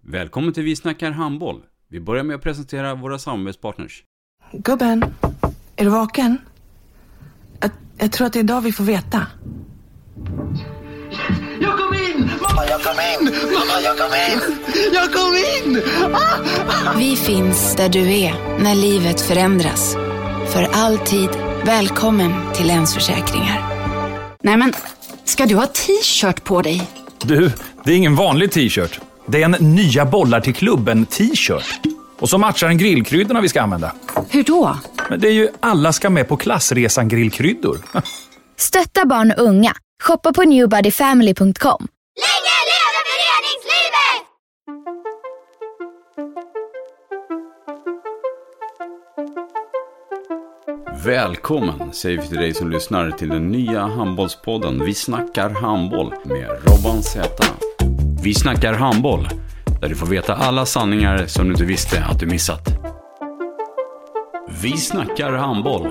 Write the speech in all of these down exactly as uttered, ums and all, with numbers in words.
Välkommen till Vi snackar handboll. Vi börjar med att presentera våra samarbetspartners. Gubben, är du vaken? Jag, jag tror att det är idag vi får veta. Jag kom in! Mamma, jag kom in! Mamma, jag kom in! Jag kom in! Ah! Vi finns där du är när livet förändras. För alltid välkommen till Länsförsäkringar. Nej men, ska du ha t-shirt på dig? Du, det är ingen vanlig t-shirt. Det är en nya bollar till klubben t-shirt. Och så matchar den grillkryddorna vi ska använda. Hur då? Men det är ju alla ska med på klassresan grillkryddor. Stötta barn och unga. Shoppa på new body family punkt com. Länge leve föreningslivet! Välkommen säger vi till dig som lyssnar till den nya handbollspodden Vi snackar handboll med Robban Z. Vi snackar handboll, där du får veta alla sanningar som du inte visste att du missat. Vi snackar handboll.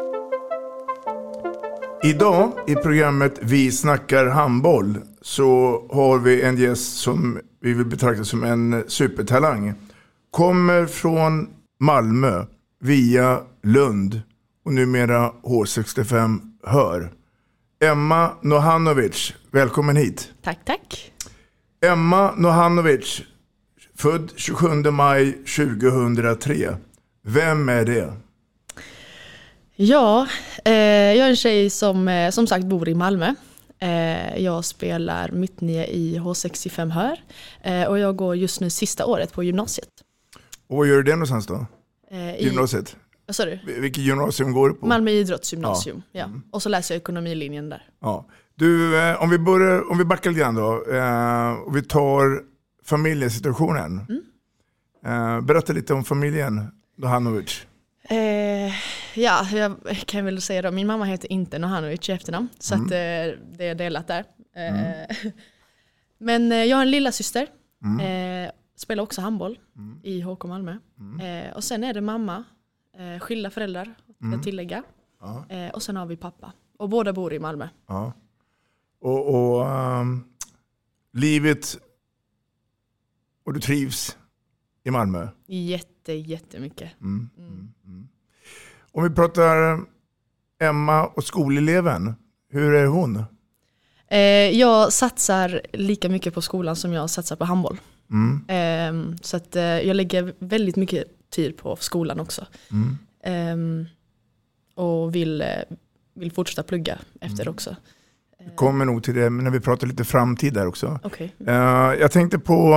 Idag i programmet Vi snackar handboll så har vi en gäst som vi vill betrakta som en supertalang. Kommer från Malmö via Lund och numera H sextiofem Hör. Emma Nohanovic, välkommen hit. Tack, tack. Emma Nohanovic, född tjugosjunde maj tjugohundratre. Vem är det? Ja, eh, jag är en tjej som eh, som sagt bor i Malmö. Eh, jag spelar mittnia i H sextiofem Hör. Eh, och jag går just nu sista året på gymnasiet. Och vad gör du det någonstans då? Eh, i, gymnasiet? Vad sa du? Vilket gymnasium går du på? Malmö idrottsgymnasium, ja. Ja. Mm. Och så läser jag ekonomilinjen där. Ja. Du, eh, om vi börjar, om vi backar lite grann då. Eh, och vi tar familjesituationen. Mm. Eh, berätta lite om familjen Nohanovic. Eh, ja, jag kan väl säga då. Min mamma heter inte Nohanovic i efternamn. Så mm. att, eh, det är delat där. Eh, mm. Men eh, jag har en lilla syster. Mm. Eh, spelar också handboll mm. i H K Malmö. Mm. Eh, och sen är det mamma. Eh, skilda föräldrar, ska mm. tillägga. Ja. Eh, och sen har vi pappa. Och båda bor i Malmö. Ja. Och, och um, livet... Och du trivs i Malmö? Jätte, jättemycket. Mm. Mm. Mm. Om vi pratar Emma och skoleleven. Hur är hon? Eh, jag satsar lika mycket på skolan som jag satsar på handboll. Mm. Eh, så att eh, jag lägger väldigt mycket tid på skolan också. Mm. Eh, och vill, vill fortsätta plugga efter mm. också. Vi kommer nog till det när vi pratar lite framtid där också. Okay. Eh, jag tänkte på...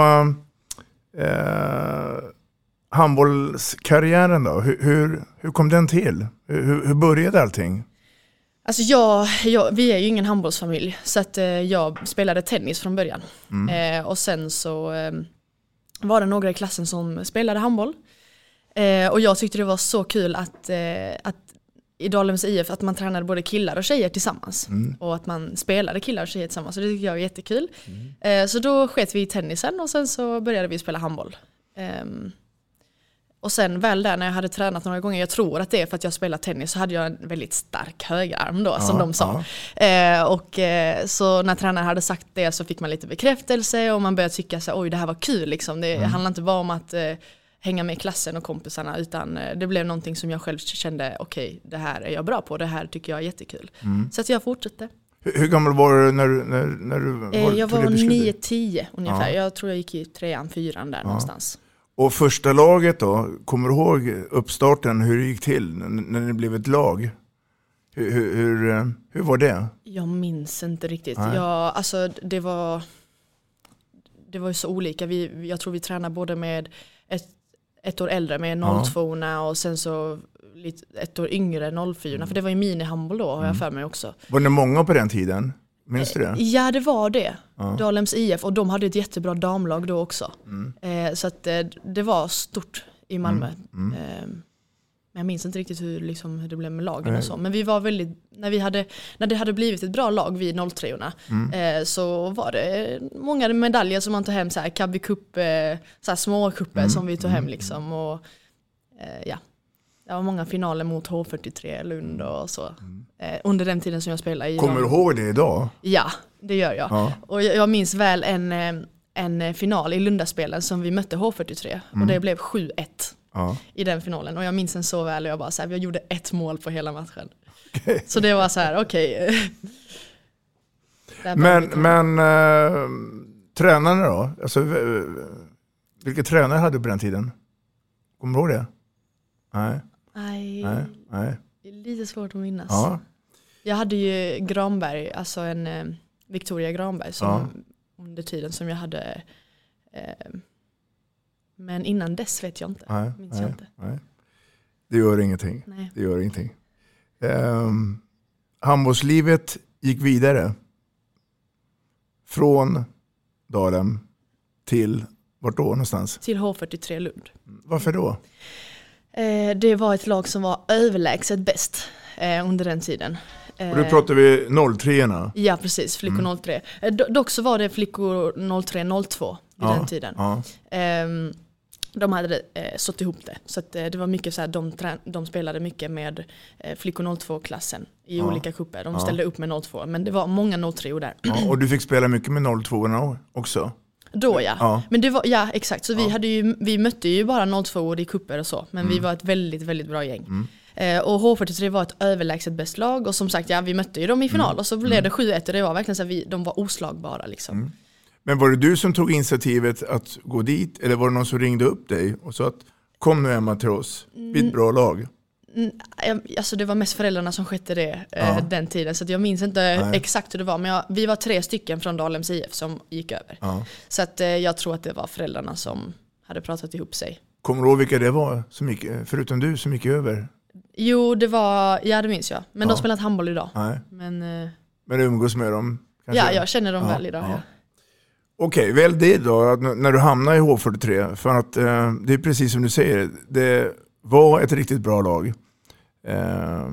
Eh, handbollskarriären då, hur, hur, hur kom den till? Hur, hur började allting? Alltså jag, jag, vi är ju ingen handbollsfamilj så att eh, jag spelade tennis från början. Mm. Eh, och sen så eh, var det några i klassen som spelade handboll. Eh, och jag tyckte det var så kul att, eh, att i Dahlhems I F att man tränade både killar och tjejer tillsammans. Mm. Och att man spelade killar och tjejer tillsammans. Så det tycker jag är jättekul. Mm. Eh, så då sket vi i tennisen och sen så började vi spela handboll. Eh, och sen väl där när jag hade tränat några gånger, jag tror att det är för att jag spelar tennis, så hade jag en väldigt stark högerarm då, ja, som de sa. Ja. Eh, och eh, så när tränaren hade sagt det så fick man lite bekräftelse och man började tycka så oj, det här var kul liksom. Det mm. handlar inte bara om att eh, hänga med i klassen och kompisarna, utan det blev någonting som jag själv kände, okej, okay, det här är jag bra på, det här tycker jag är jättekul. Mm. Så att jag fortsatte. Hur, hur gammal var du när, när, när du eh, Jag var nio tio ungefär. Ja. Jag tror jag gick i trean, fyran där ja. någonstans. Och första laget då, kommer du ihåg uppstarten, hur det gick till när det blev ett lag? Hur, hur, hur, hur var det? Jag minns inte riktigt. Jag, alltså, det var det var ju så olika. Vi, jag tror vi tränade både med ett ett år äldre med noll två och sen så lite, ett år yngre noll fyra mm. för det var ju minihandboll då har jag för mig också. Var det många på den tiden? Minns du det? Ja, det var det. Ja. Dahlhems I F och de hade ett jättebra damlag då också. Mm. Eh, så att eh, det var stort i Malmö. Mm. Mm. Eh, men jag minns inte riktigt hur, liksom, hur det blev med lagen och så. Men vi var väldigt, när, vi hade, när det hade blivit ett bra lag, vi noll tre mm. eh, så var det många medaljer som man tog hem, så här Cabby Cup, eh, så här små kupper mm. som vi tog hem liksom. Och, eh, ja. Det var många finaler mot H fyrtiotre Lund och så. Mm. Eh, under den tiden som jag spelade i. Kommer du ihåg det idag? Ja, det gör jag. Ja. Och jag, jag minns väl en, en final i Lundaspelen som vi mötte H fyrtiotre. Mm. Och det blev sju ett ja. i den finalen. Och jag minns den så väl och jag bara så här, jag gjorde ett mål på hela matchen. Okay. Så det var så här, okej. Okay. men men äh, tränarna då? Alltså, vilka tränare hade du på den tiden? Kommer du ihåg det? Nej. Nej. Nej. Nej. Det är lite svårt att minnas. Ja. Jag hade ju Granberg, alltså en eh, Victoria Granberg som, ja. under tiden som jag hade. Eh, men innan dess vet jag inte. Nej, minns nej, jag inte. Nej. Det gör ingenting. Nej. Det gör ingenting. Um, handbollslivet gick vidare från Dalhem till vart då någonstans? Till H fyrtiotre Lund. Varför då? Eh, det var ett lag som var överlägset bäst eh, under den tiden. Och då pratar vi noll tre-orna. Ja, precis. Flickor mm. noll tre. Eh, dock så var det flickor noll tre noll två i ja, den tiden. Ja. Eh, de hade eh, sått ihop det. Så att, eh, det var mycket så här, de, trä- de spelade mycket med eh, flickor noll två-klassen i ja. olika kupper. De ja. ställde upp med noll två, men det var många noll tre-or där. Ja, och du fick spela mycket med noll två-orna också? Då ja. ja. Men det var, ja, exakt. Så ja. vi, hade ju, vi mötte ju bara noll två-or i kupper och så. Men mm. vi var ett väldigt, väldigt bra gäng. Mm. Eh, och H fyrtiotre var ett överlägset bäst lag. Och som sagt, ja, vi mötte ju dem i final. Mm. Och så blev det sju ett och det var verkligen så att vi, de var oslagbara liksom. Mm. Men var det du som tog initiativet att gå dit? Eller var det någon som ringde upp dig och sa att kom nu Emma till oss, vi är ett bra lag? Mm, alltså det var mest föräldrarna som skötte det ja. eh, den tiden. Så att jag minns inte Nej. exakt hur det var. Men jag, vi var tre stycken från Dalhems I F som gick över. Ja. Så att, eh, jag tror att det var föräldrarna som hade pratat ihop sig. Kommer du ihåg vilka det var, som gick, förutom du, som gick över? Jo, det var, ja det minns jag. Men ja. de spelar inte handboll idag. Nej. Men, eh, men du umgås med dem? Kanske? Ja, jag känner dem ja. väl idag. Ja. Ja. Okej, väl det då, när du hamnar i H fyrtiotre, för att eh, det är precis som du säger, det var ett riktigt bra lag. Eh,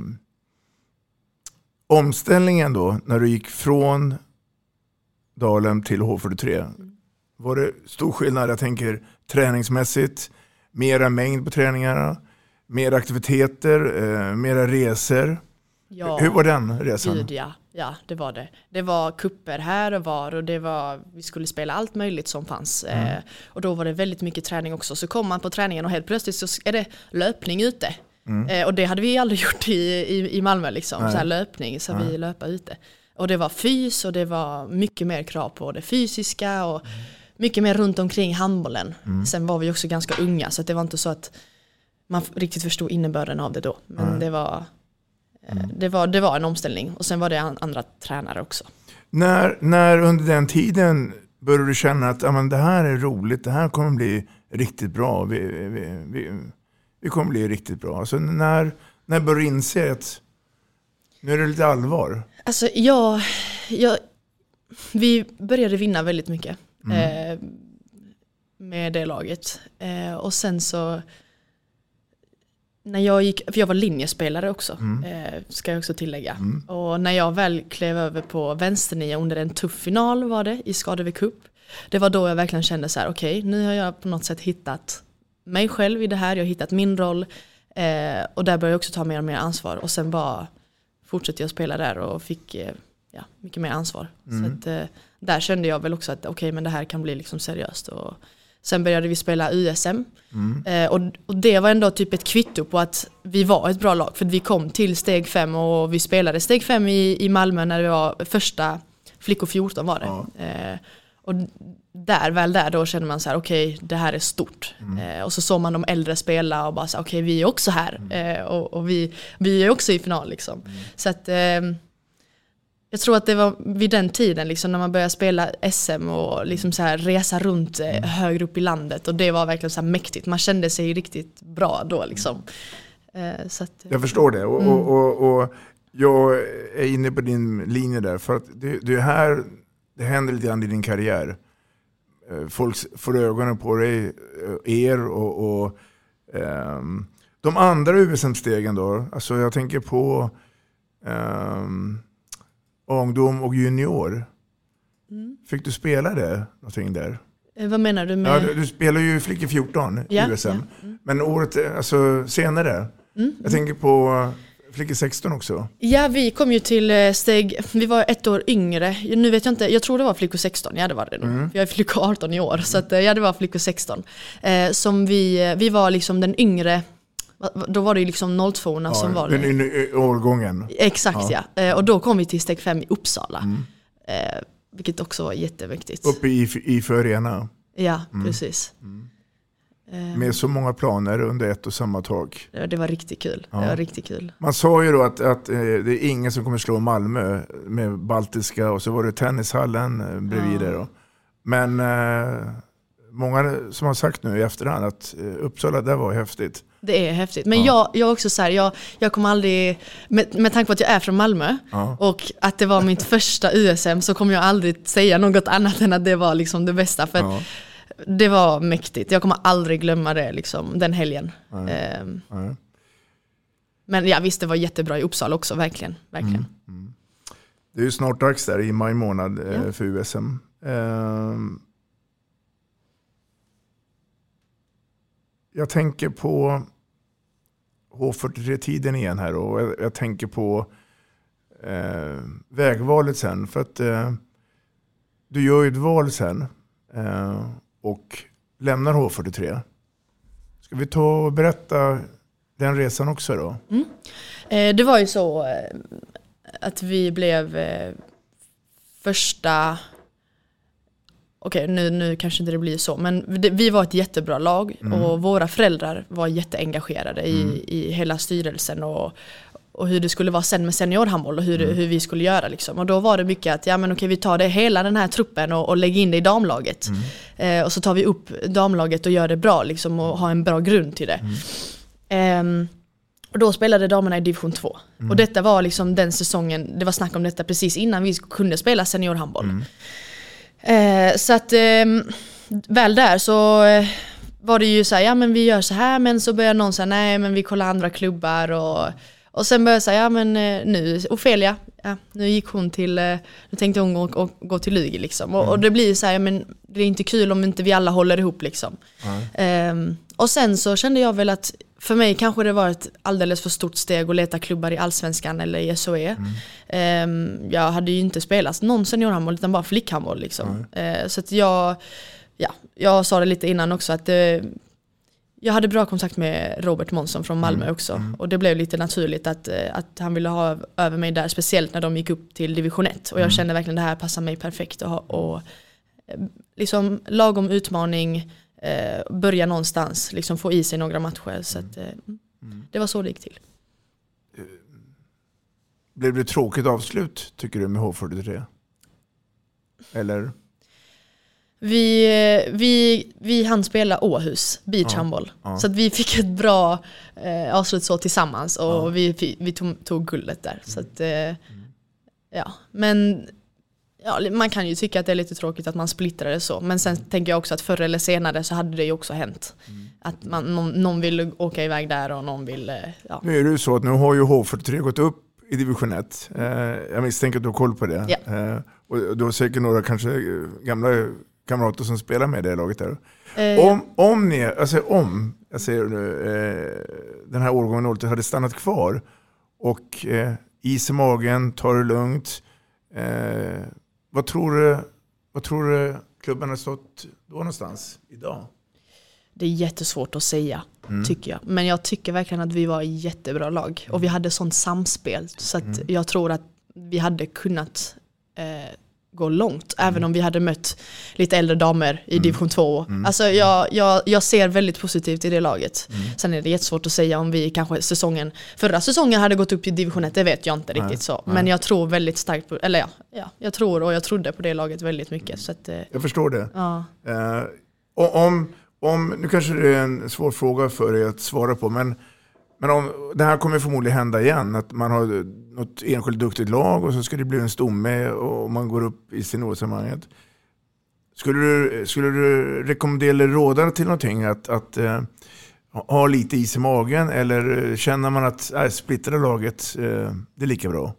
omställningen då, när du gick från Dalhem till H fyrtiotre, mm. var det stor skillnad, jag tänker träningsmässigt, mera mängd på träningarna, mer aktiviteter, eh, mera resor. Ja. Hur var den resan? Gud, ja. ja, det var det. Det var kupper här och var och det var, vi skulle spela allt möjligt som fanns. Mm. Eh, och då var det väldigt mycket träning också. Så kom man på träningen och helt plötsligt så är det löpning ute. Mm. Eh, och det hade vi aldrig gjort i, i, i Malmö liksom. Så här löpning, så Nej. vi löpa ute. Och det var fys och det var mycket mer krav på det fysiska och mm. mycket mer runt omkring handbollen. Mm. Sen var vi också ganska unga så att det var inte så att man riktigt förstod innebörden av det då. Men mm. det var... Mm. Det, var, det var en omställning och sen var det andra tränare också. När, när under den tiden började du känna att ja, men det här är roligt, det här kommer bli riktigt bra, vi, vi, vi, vi kommer bli riktigt bra. Alltså när, när började du inse att nu är det lite allvar? Alltså jag, jag vi började vinna väldigt mycket mm. eh, med det laget. Eh, och sen så när jag gick, för jag var linjespelare också, mm. eh, ska jag också tillägga. Mm. Och när jag väl klev över på vänsternia under en tuff final var det i Skadeve Cup. Det var då jag verkligen kände så här: okej, okay, nu har jag på något sätt hittat mig själv i det här. Jag har hittat min roll. Eh, och där började jag också ta mer och mer ansvar. Och sen bara fortsatte jag spela där och fick eh, ja, mycket mer ansvar. Mm. Så att, eh, där kände jag väl också att okej, okay, men det här kan bli liksom seriöst. Och sen började vi spela U S M. Mm. Eh, och, och det var ändå typ ett kvitto på att vi var ett bra lag. För vi kom till steg fem och vi spelade steg fem i, i Malmö när det var första flickor fjorton var det. Ja. Eh, och där, väl där då kände man så här: okej, okay, det här är stort. Mm. Eh, och så såg man de äldre spela och bara så okej, okay, vi är också här. Mm. Eh, och och vi, vi är också i final liksom. Mm. Så att... Eh, jag tror att det var vid den tiden liksom, när man började spela S M och liksom så här resa runt eh, högre upp i landet. Och det var verkligen så här mäktigt. Man kände sig riktigt bra då. Liksom. Eh, så att, jag förstår det. Och, mm. och, och, och jag är inne på din linje där. För att det, det här det händer lite grann i din karriär. Folk får ögonen på dig, er och, och um, de andra U S M-stegen då. Alltså jag tänker på... Um, ungdom och junior. Mm. Fick du spela det någonting där? Eh, vad menar du med? Ja, du, du spelar ju flickor fjorton i ja, U S M. Ja. Mm. Men året alltså, senare. Mm. Jag tänker på flickor sexton också? Ja, vi kom ju till steg, vi var ett år yngre. Nu vet jag inte, jag tror det var flickor sexton. Ja, det var det nog. Mm. Jag är flickor arton i år, så att, ja, det var flickor sexton. Eh, som vi, vi var liksom den yngre, då var det ju liksom noll två ja, som var den det. årgången. Exakt, ja. ja. Eh, och då kom vi till steg fem i Uppsala. Mm. Eh, vilket också var jätteviktigt. Uppe i, i Förena. Ja, mm. precis. Mm. Med så många planer under ett och samma tak. Ja, det var riktigt kul. Ja. Det var riktigt kul. Man sa ju då att, att eh, det är ingen som kommer slå Malmö med Baltiska, och så var det tennishallen eh, bredvid ja. det då. Men eh, många som har sagt nu i efterhand att eh, Uppsala, det var häftigt. Det är häftigt. Men ja. jag, jag också så här, jag, jag kommer aldrig, med, med tanke på att jag är från Malmö ja. och att det var mitt första U S M, så kommer jag aldrig säga något annat än att det var liksom det bästa. För ja. det var mäktigt. Jag kommer aldrig glömma det, liksom, den helgen. Ja. Ehm. Ja. Men ja, visst, det var jättebra i Uppsala också, verkligen. verkligen. Mm. Mm. Det är ju snart dags där i maj månad ja. för U S M. Ehm. Jag tänker på H fyrtiotre-tiden igen här, och jag, jag tänker på eh, vägvalet sen. För att eh, du gör ju ett val sen eh, och lämnar H fyrtiotre. Ska vi ta och berätta den resan också då? Mm. Eh, det var ju så eh, att vi blev eh, första... Okej, okay, nu, nu kanske inte det blir så. Men det, vi var ett jättebra lag. Mm. Och våra föräldrar var jätteengagerade i, mm. i hela styrelsen. Och, och hur det skulle vara sen med seniorhandboll. Och hur, mm. hur vi skulle göra. Liksom. Och då var det mycket att ja, men okej, vi tar det, hela den här truppen och, och lägger in det i damlaget. Mm. Eh, och så tar vi upp damlaget och gör det bra. Liksom, och har en bra grund till det. Mm. Eh, och då spelade damerna i division två. Mm. Och detta var liksom den säsongen. Det var snack om detta precis innan vi kunde spela seniorhandboll. Mm. Eh, så att eh, väl där så eh, var det ju så här, ja men vi gör så här, men så började någon säga nej men vi kollar andra klubbar och, och sen började jag säga ja men eh, nu, Ofelia, ja, nu gick hon till, eh, nu tänkte hon gå, och, gå till Lugi liksom och, mm. och det blir så här, ja, men det är inte kul om inte vi alla håller ihop liksom. Mm. Eh, och sen så kände jag väl att för mig kanske det var ett alldeles för stort steg att leta klubbar i Allsvenskan eller i S O E. Mm. Um, jag hade ju inte spelat någon seniorhandboll utan bara flickhandboll liksom. Mm. Uh, så att jag, ja, jag sa det lite innan också att uh, jag hade bra kontakt med Robert Månsson från Malmö mm. också. Mm. Och det blev lite naturligt att, uh, att han ville ha över mig där, speciellt när de gick upp till division ett. Och jag mm. kände verkligen det här passar mig perfekt och, och uh, liksom lagom utmaning. Eh, börja någonstans, liksom få i sig några matcher. Så att, eh, mm. det var så det gick till. Blev det tråkigt avslut, tycker du, med H fyrtiotre? Eller? Vi, vi, vi hann spela Åhus, beachhandboll. Ja, ja. Så att vi fick ett bra eh, avslut så tillsammans. Och ja. vi, vi tog, tog guldet där. Mm. Så att, eh, mm. ja, men... Ja, man kan ju tycka att det är lite tråkigt att man splittrar det så. Men sen tänker jag också att förr eller senare så hade det ju också hänt. Mm. Att man, någon, någon vill åka iväg där och någon vill... Ja. Nu är det ju så att nu har ju H fyrtiotre gått upp i division ett. Eh, jag misstänker att du har koll på det. Ja. Eh, och du har säkert några kanske gamla kamrater som spelar med i det laget där. Eh, om, om ni, alltså om, jag säger nu, eh, den här årgången noll hade stannat kvar och eh, is i magen, tar det lugnt. Eh, Vad tror du, vad tror du klubben har stått då någonstans idag? Det är jättesvårt att säga, mm. tycker jag. Men jag tycker verkligen att vi var ett jättebra lag. Mm. Och vi hade sånt samspel. Så att mm. jag tror att vi hade kunnat eh, gå långt. Mm. Även om vi hade mött lite äldre damer i mm. division två. Mm. Alltså jag, jag, jag ser väldigt positivt i det laget. Mm. Sen är det jättesvårt att säga om vi kanske säsongen... Förra säsongen hade gått upp till division ett, det vet jag inte riktigt nej, så. Men nej. jag tror väldigt starkt på... Eller ja, ja, jag tror och jag trodde på det laget väldigt mycket. Mm. Så att, eh, jag förstår det. Ja. Eh, och om, om, nu kanske det är en svår fråga för dig att svara på, men... Men om, det här kommer förmodligen hända igen, att man har något enskilt duktigt lag och så ska det bli en stomme och man går upp i seniorsammanhanget. Skulle du, skulle du rekommendera eller råda till någonting att, att uh, ha lite is i magen, eller känner man att äh, splittra laget, uh, det är lika bra?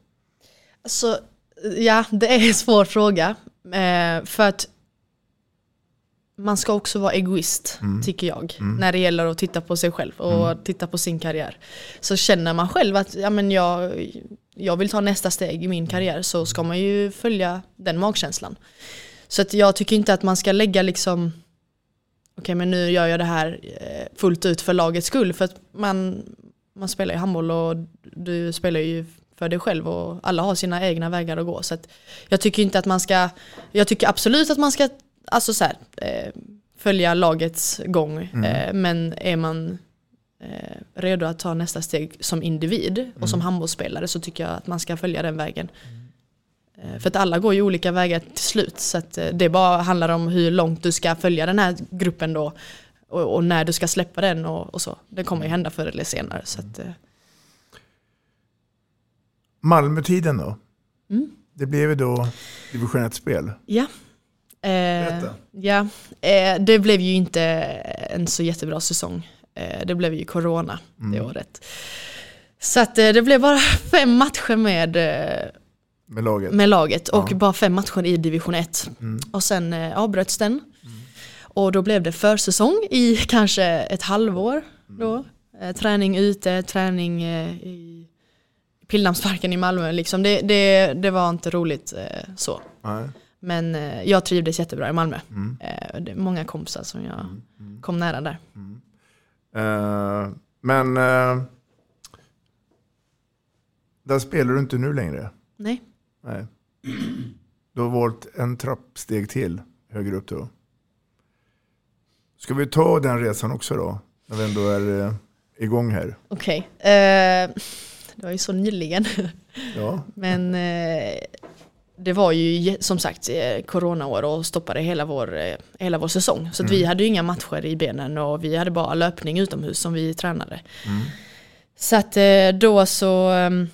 Alltså, ja, det är en svår fråga. Uh, för att man ska också vara egoist, mm. tycker jag. Mm. När det gäller att titta på sig själv och mm. titta på sin karriär. Så känner man själv att ja, men jag, jag vill ta nästa steg i min karriär, så ska man ju följa den magkänslan. Så att jag tycker inte att man ska lägga liksom okej, okay, men nu gör jag det här fullt ut för lagets skull. För att man, man spelar i handboll och du spelar ju för dig själv och alla har sina egna vägar att gå. Så att jag tycker inte att man ska, jag tycker absolut att man ska alltså så här, eh, följa lagets gång. Mm. Eh, men är man eh, redo att ta nästa steg som individ mm. och som handbollsspelare, så tycker jag att man ska följa den vägen. Mm. Eh, för att alla går ju olika vägar till slut. Så att eh, det bara handlar om hur långt du ska följa den här gruppen då. Och, och när du ska släppa den och, och så. Det kommer ju hända förr eller senare. Så att, eh. Malmö-tiden då? Mm. Det blev ju då division ett-spel. Ja. Eh, ja, eh, det blev ju inte en så jättebra säsong. Eh, det blev ju corona mm. det året. Så att eh, det blev bara fem matcher med, eh, med laget, med laget och ja. bara fem matcher i division ett. Mm. Och sen eh, avbröts den. Mm. Och då blev det försäsong i kanske ett halvår. Då. Eh, träning ute, träning eh, i Pildammsparken i Malmö. Liksom. Det, det, det var inte roligt eh, så. Nej. Men eh, jag trivdes jättebra i Malmö. Mm. Eh, det är många kompisar som jag mm. Mm. kom nära där. Mm. Uh, men uh, där spelar du inte nu längre? Nej. Nej. Du har valt en trappsteg till högre upp då. Ska vi ta den resan också då? När vi ändå är uh, igång här. Okej. Okay. Uh, det var ju så nyligen. Ja. Men... Uh, det var ju som sagt coronaår och stoppade hela vår, hela vår säsong. Så att mm. vi hade ju inga matcher i benen och vi hade bara löpning utomhus som vi tränade. Mm. Så att då så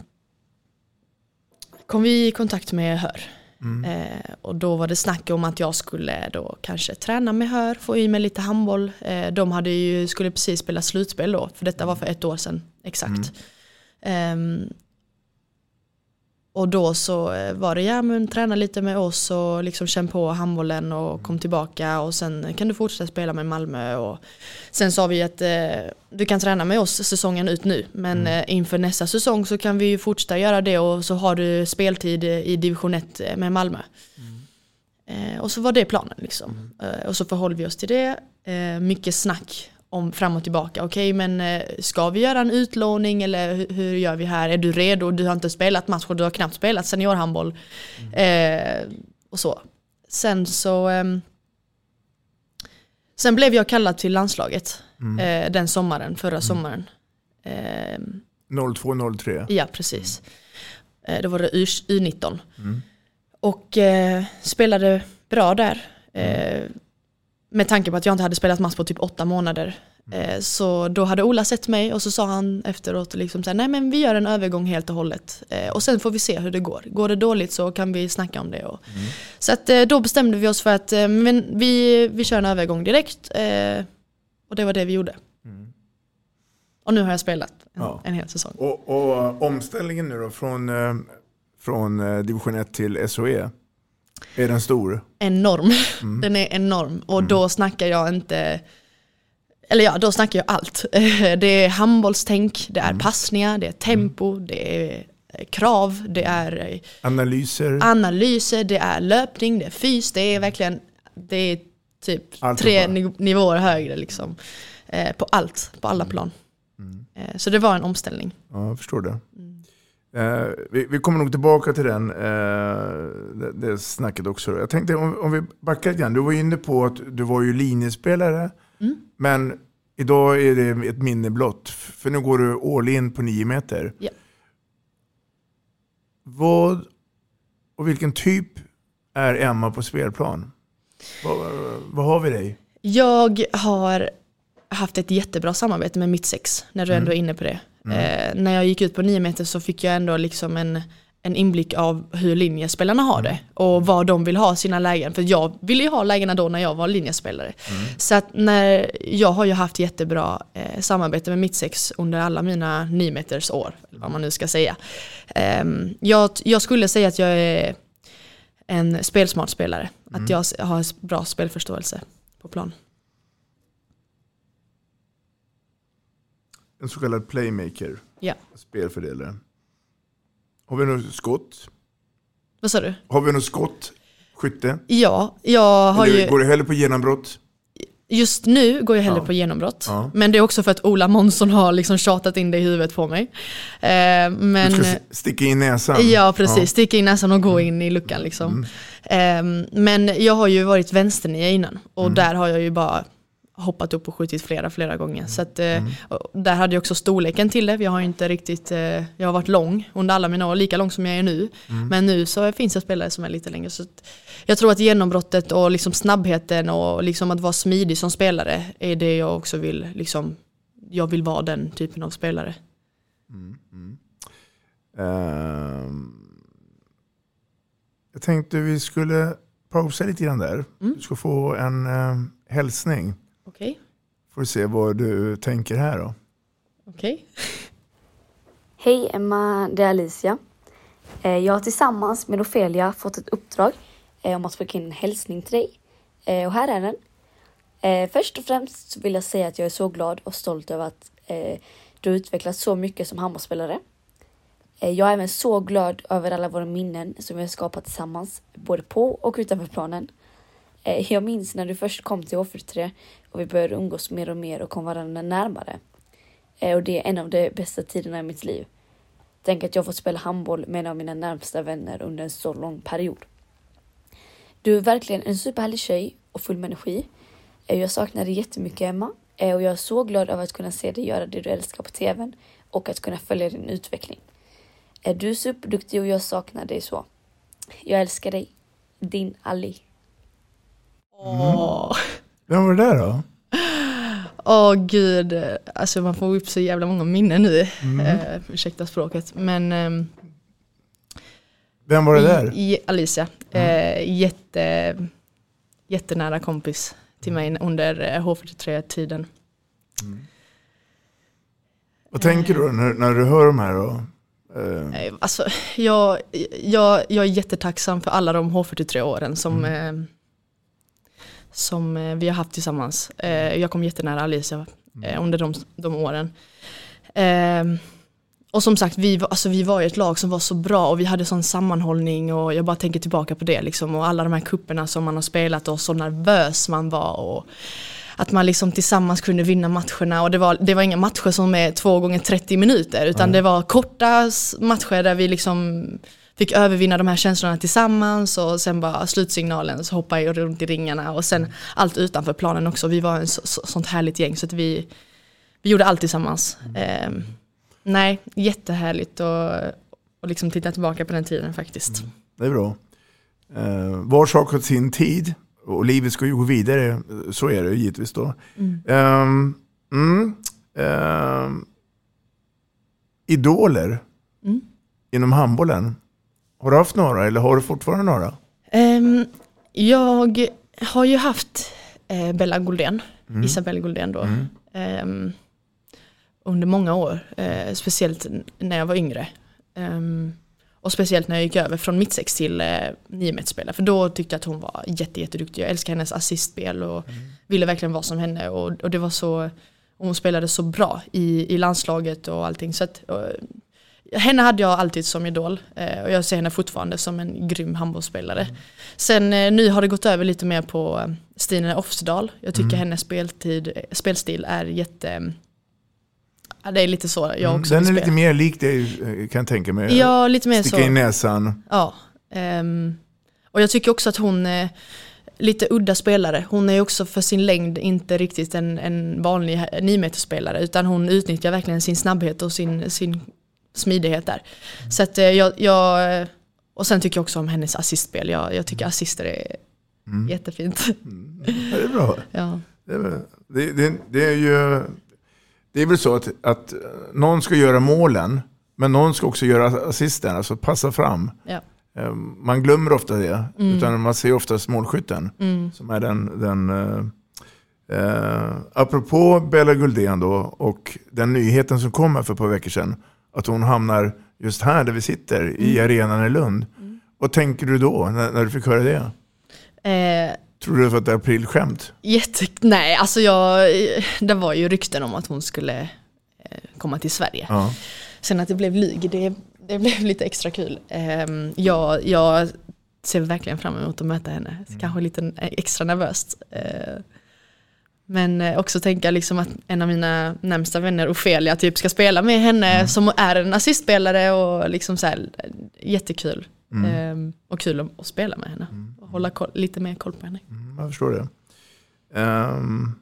kom vi i kontakt med Hör. Mm. Eh, och då var det snack om att jag skulle då kanske träna med Hör, få i mig lite handboll. Eh, de hade ju, skulle precis spela slutspel då, för detta var för ett år sedan exakt. Mm. Eh, Och då så var det, ja men träna lite med oss och liksom känn på handbollen och kom tillbaka och sen kan du fortsätta spela med Malmö. Och sen sa vi att eh, du kan träna med oss säsongen ut nu, men mm. eh, inför nästa säsong så kan vi ju fortsätta göra det och så har du speltid i division ett med Malmö. Mm. Eh, och så var det planen liksom. Mm. Eh, och så förhåller vi oss till det. Eh, mycket snack om fram och tillbaka. Okej, okay, men ska vi göra en utlåning eller hur, hur gör vi här? Är du redo? Du har inte spelat matcher, du har knappt spelat seniorhandboll. Mm. Eh, och så. Sen så eh, sen blev jag kallad till landslaget mm. eh, den sommaren, förra mm. sommaren. Eh, noll två noll tre. Ja, precis. Mm. Eh, då var det U nitton. Mm. Och eh, spelade bra där. Eh, mm. Med tanke på att jag inte hade spelat match på typ åtta månader. Mm. Så då hade Ola sett mig och så sa han efteråt liksom så här, nej men vi gör en övergång helt och hållet. Och sen får vi se hur det går. Går det dåligt så kan vi snacka om det. Och mm. Så att då bestämde vi oss för att men vi, vi kör en övergång direkt. Och det var det vi gjorde. Mm. Och nu har jag spelat en, ja. en hel säsong. Och, och omställningen nu då från, från division ett till S O E. Är den stor? Enorm. Mm. Den är enorm. Och mm. då snackar jag inte... Eller ja, då snackar jag allt. Det är handbollstänk, det är mm. passningar, det är tempo, mm. det är krav, det är... Analyser. Analyser, det är löpning, det är fys. Det är verkligen... Det är typ allt tre niv- nivåer högre liksom. På allt, på alla plan. Mm. Så det var en omställning. Ja, jag förstår det. Mm. Eh, vi, vi kommer nog tillbaka till den eh, det, det snacket också. Jag tänkte om, om vi backar lite grann. Du var inne på att du var ju linjespelare. Mm. Men idag är det ett minne blott. För nu går du all in på nio meter. Ja. Vad och vilken typ är Emma på spelplan? Vad, vad har vi dig? Jag har haft ett jättebra samarbete med mitt sex. När du mm. ändå är inne på det. Mm. Eh, när jag gick ut på nio meter så fick jag ändå liksom en, en inblick av hur linjespelarna har det och vad de vill ha sina lägen. För jag ville ju ha lägena då när jag var linjespelare. Mm. Så att när, jag har ju haft jättebra eh, samarbete med mitt sex under alla mina nio meters år, vad man nu ska säga. Eh, jag, jag skulle säga att jag är en spelsmart spelare. Mm. Att jag har bra spelförståelse på plan. En så kallad playmaker. Ja. Spelfördelare. Har vi något skott? Vad sa du? Har vi något skott? Skytte? Ja, jag har Eller ju... går det hellre på genombrott? Just nu går jag hellre ja. på genombrott. Ja. Men det är också för att Ola Månsson har liksom tjatat in det i huvudet på mig. Eh, men... Du ska sticka in näsan? Ja, precis. Ja. Sticka in näsan och gå in i luckan liksom. Mm. Eh, men jag har ju varit vänsternia innan. Och mm. där har jag ju bara hoppat upp och skjutit flera, flera gånger. Så att, eh, mm. där hade jag också storleken till det. Jag har inte riktigt, eh, jag har varit lång under alla mina år, lika lång som jag är nu. Mm. Men nu så finns det spelare som är lite längre. Så att jag tror att genombrottet och liksom snabbheten och liksom att vara smidig som spelare är det jag också vill. Liksom, jag vill vara den typen av spelare. Mm. Mm. Uh, jag tänkte vi skulle pausa lite grann där. Mm. Du ska få en uh, hälsning. Okej. Okay. Får vi se vad du tänker här då. Okej. Okay. Hej Emma, det är Alicia. Jag har tillsammans med Ofelia fått ett uppdrag om att skicka in en hälsning till dig. Och här är den. Först och främst så vill jag säga att jag är så glad och stolt över att du har utvecklats så mycket som handbollsspelare. Jag är även så glad över alla våra minnen som vi har skapat tillsammans, både på och utanför planen. Jag minns när du först kom till H fyrtiotre och vi började umgås mer och mer och kom varandra närmare. Och det är en av de bästa tiderna i mitt liv. Tänk att jag fått spela handboll med en av mina närmsta vänner under en så lång period. Du är verkligen en superhärlig tjej och full med energi. Jag saknar dig jättemycket, Emma. Och jag är så glad över att kunna se dig göra det du älskar på tvn och att kunna följa din utveckling. Du är superduktig och jag saknar dig så. Jag älskar dig. Din Ali. Åh. Vem var det där då? Åh oh, gud, alltså man får upp så jävla många minnen nu. Mm. Uh, ursäkta språket. Men um, vem var det där? I, Alicia. Mm. Uh, jätte, jättenära kompis till mig under H fyrtiotre-tiden. Mm. Vad tänker du när, när du hör de här då? Uh. Alltså, jag, jag, jag är jättetacksam för alla de H fyrtiotre-åren som... Mm. Uh, som vi har haft tillsammans. Jag kom jättenära Alicia under de, de åren. Och som sagt, vi var, alltså vi var ett lag som var så bra och vi hade sån sammanhållning och jag bara tänker tillbaka på det liksom, och alla de här kupperna som man har spelat och så nervös man var och att man liksom tillsammans kunde vinna matcherna och det var, det var inga matcher som är två gånger trettio minuter utan mm. det var korta matcher där vi liksom fick övervinna de här känslorna tillsammans och sen bara slutsignalen så hoppade jag runt i ringarna och sen allt utanför planen också. Vi var en så, så, sånt härligt gäng så att vi, vi gjorde allt tillsammans. Mm. Eh, nej, jättehärligt och, och liksom titta tillbaka på den tiden faktiskt. Mm. Det är bra. Eh, var sak har sin tid och livet ska ju gå vidare, så är det givetvis då. Mm. Eh, mm, eh, idoler mm. inom handbollen. Har du haft några eller har du fortfarande några? Um, jag har ju haft eh, Bella Goldén, mm. Isabelle Goldén då. Mm. Um, under många år. Eh, speciellt när jag var yngre. Um, och speciellt när jag gick över från mittsex till eh, niometerspelare. För då tyckte jag att hon var jätte, jätteduktig. Jag älskade hennes assistspel och mm. ville verkligen vara som henne. Och, och det var så, och hon spelade så bra i, i landslaget och allting. Så att... Och, henne hade jag alltid som idol och jag ser henne fortfarande som en grym handbollsspelare. Mm. Sen nu har det gått över lite mer på Stina Ofsdal. Jag tycker mm. hennes speltid, spelstil är jätte... Ja, det är lite så jag också mm. Den är lite mer lik det kan jag tänka mig. Ja, lite mer Sticka så. i näsan. Ja. Um, och jag tycker också att hon är lite udda spelare. Hon är också för sin längd inte riktigt en, en vanlig niometerspelare utan hon utnyttjar verkligen sin snabbhet och sin... sin smidighet där. Mm. Så att jag, jag och sen tycker jag också om hennes assistspel. Jag, jag tycker assister är mm. jättefint. Mm. Det är bra. Ja. Det, är, det, det, det är ju det är väl så att, att någon ska göra målen men någon ska också göra assisten, alltså passa fram. Ja. Man glömmer ofta det mm. utan man ser ofta målskytten mm. som är den, den eh, apropå Bella Goldén då och den nyheten som kom för ett par veckor sedan att hon hamnar just här där vi sitter mm. i arenan i Lund. Mm. Vad tänker du då när, när du fick höra det? Eh, Tror du att det är aprilskämt? Jätte... Nej, alltså jag... Det var ju rykten om att hon skulle eh, komma till Sverige. Ja. Sen att det blev lyg, det, det blev lite extra kul. Eh, jag, jag ser verkligen fram emot att möta henne. Mm. Kanske lite extra nervöst. Eh, men också tänka liksom att en av mina närmsta vänner, Ofelia, typ ska spela med henne mm. som är en assistspelare och liksom så här, jättekul. Mm. Eh, och kul att, att spela med henne. Mm. Och hålla koll, lite mer koll på henne. Mm, jag förstår det. Um,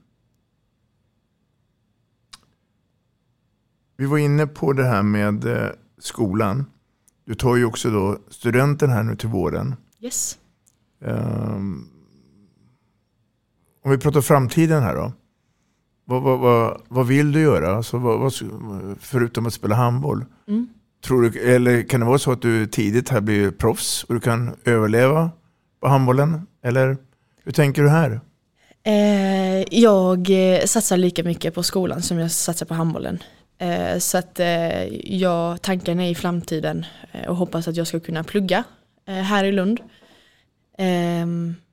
vi var inne på det här med eh, skolan. Du tar ju också då studenten här nu till våren. Yes. Um, om vi pratar framtiden här då. Vad, vad, vad, vad vill du göra? Alltså, vad, vad, förutom att spela handboll. Mm. Tror du, eller kan det vara så att du tidigt här blir proffs och du kan överleva på handbollen? Eller hur tänker du här? Eh, jag satsar lika mycket på skolan som jag satsar på handbollen. Eh, så att eh, jag, tanken är i framtiden eh, och hoppas att jag ska kunna plugga eh, här i Lund. Eh,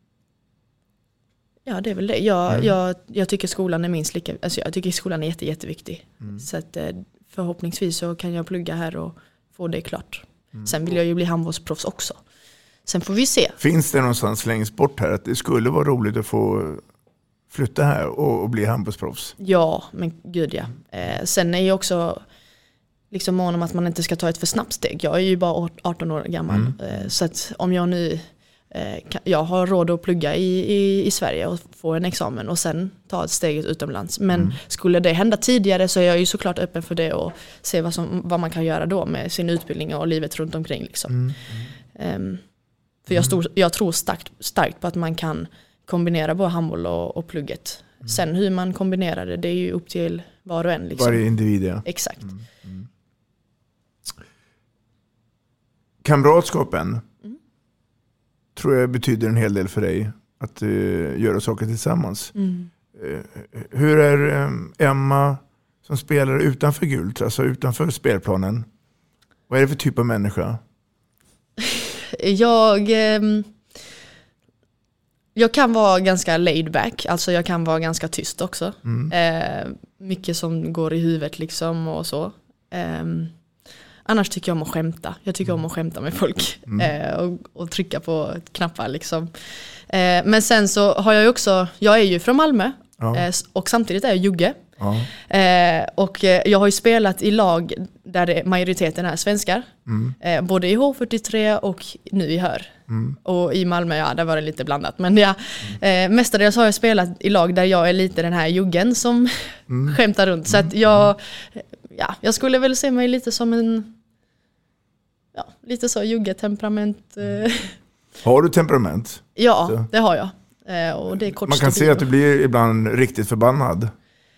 ja, det är väl det. Jag, mm. jag, jag tycker skolan är minst lika, alltså jag tycker skolan är jätte, jätteviktig. Mm. Så att eh, förhoppningsvis så kan jag plugga här och få det klart. Mm. Sen vill jag ju bli handbollsproffs också. Sen får vi se. Finns det någonstans längst bort här att det skulle vara roligt att få flytta här och, och bli handbollsproffs? Ja, men gud ja. Eh, sen är jag också liksom mån om att man inte ska ta ett för snabbt steg. Jag är ju bara arton år gammal. Mm. Eh, så att om jag nu eh, kan, jag har råd att plugga i, i, i Sverige och få en examen och sen ta ett steg utomlands. Men mm. skulle det hända tidigare så är jag ju såklart öppen för det och se vad, som, vad man kan göra då med sin utbildning och livet runt omkring. Liksom. Mm. Mm. Eh, för jag, stor, jag tror starkt, starkt på att man kan kombinera både handboll och, och plugget. Mm. Sen hur man kombinerar det, det är ju upp till var och en. Liksom. Varje individ, ja. Exakt. Mm. Mm. Kamratskapen mm. tror jag betyder en hel del för dig. Att uh, göra saker tillsammans. Mm. Uh, hur är um, Emma som spelar utanför gult, alltså utanför spelplanen? Vad är det för typ av människa? jag... Um... Jag kan vara ganska laid back, alltså jag kan vara ganska tyst också. Mm. Eh, mycket som går i huvudet liksom och så. Eh, annars tycker jag om att skämta. Jag tycker om att skämta med folk mm. eh, och, och trycka på knappar liksom. Eh, men sen så har jag ju också, jag är ju från Malmö ja. eh, och samtidigt är jag jugge. Ja. Eh, och jag har ju spelat i lag där det, majoriteten är svenskar. Mm. Eh, både i H fyrtiotre och nu i Hör. Mm. Och i Malmö, ja, där var det lite blandat. Men ja, mm. eh, mestadels har jag spelat i lag där jag är lite den här juggen som mm. skämtar runt. Så att jag, ja, jag skulle väl se mig lite som en, ja, lite så juggetemperament. Eh. Har du temperament? Ja, så. Det har jag. Eh, och det är kort Man kan se att du blir ibland riktigt förbannad.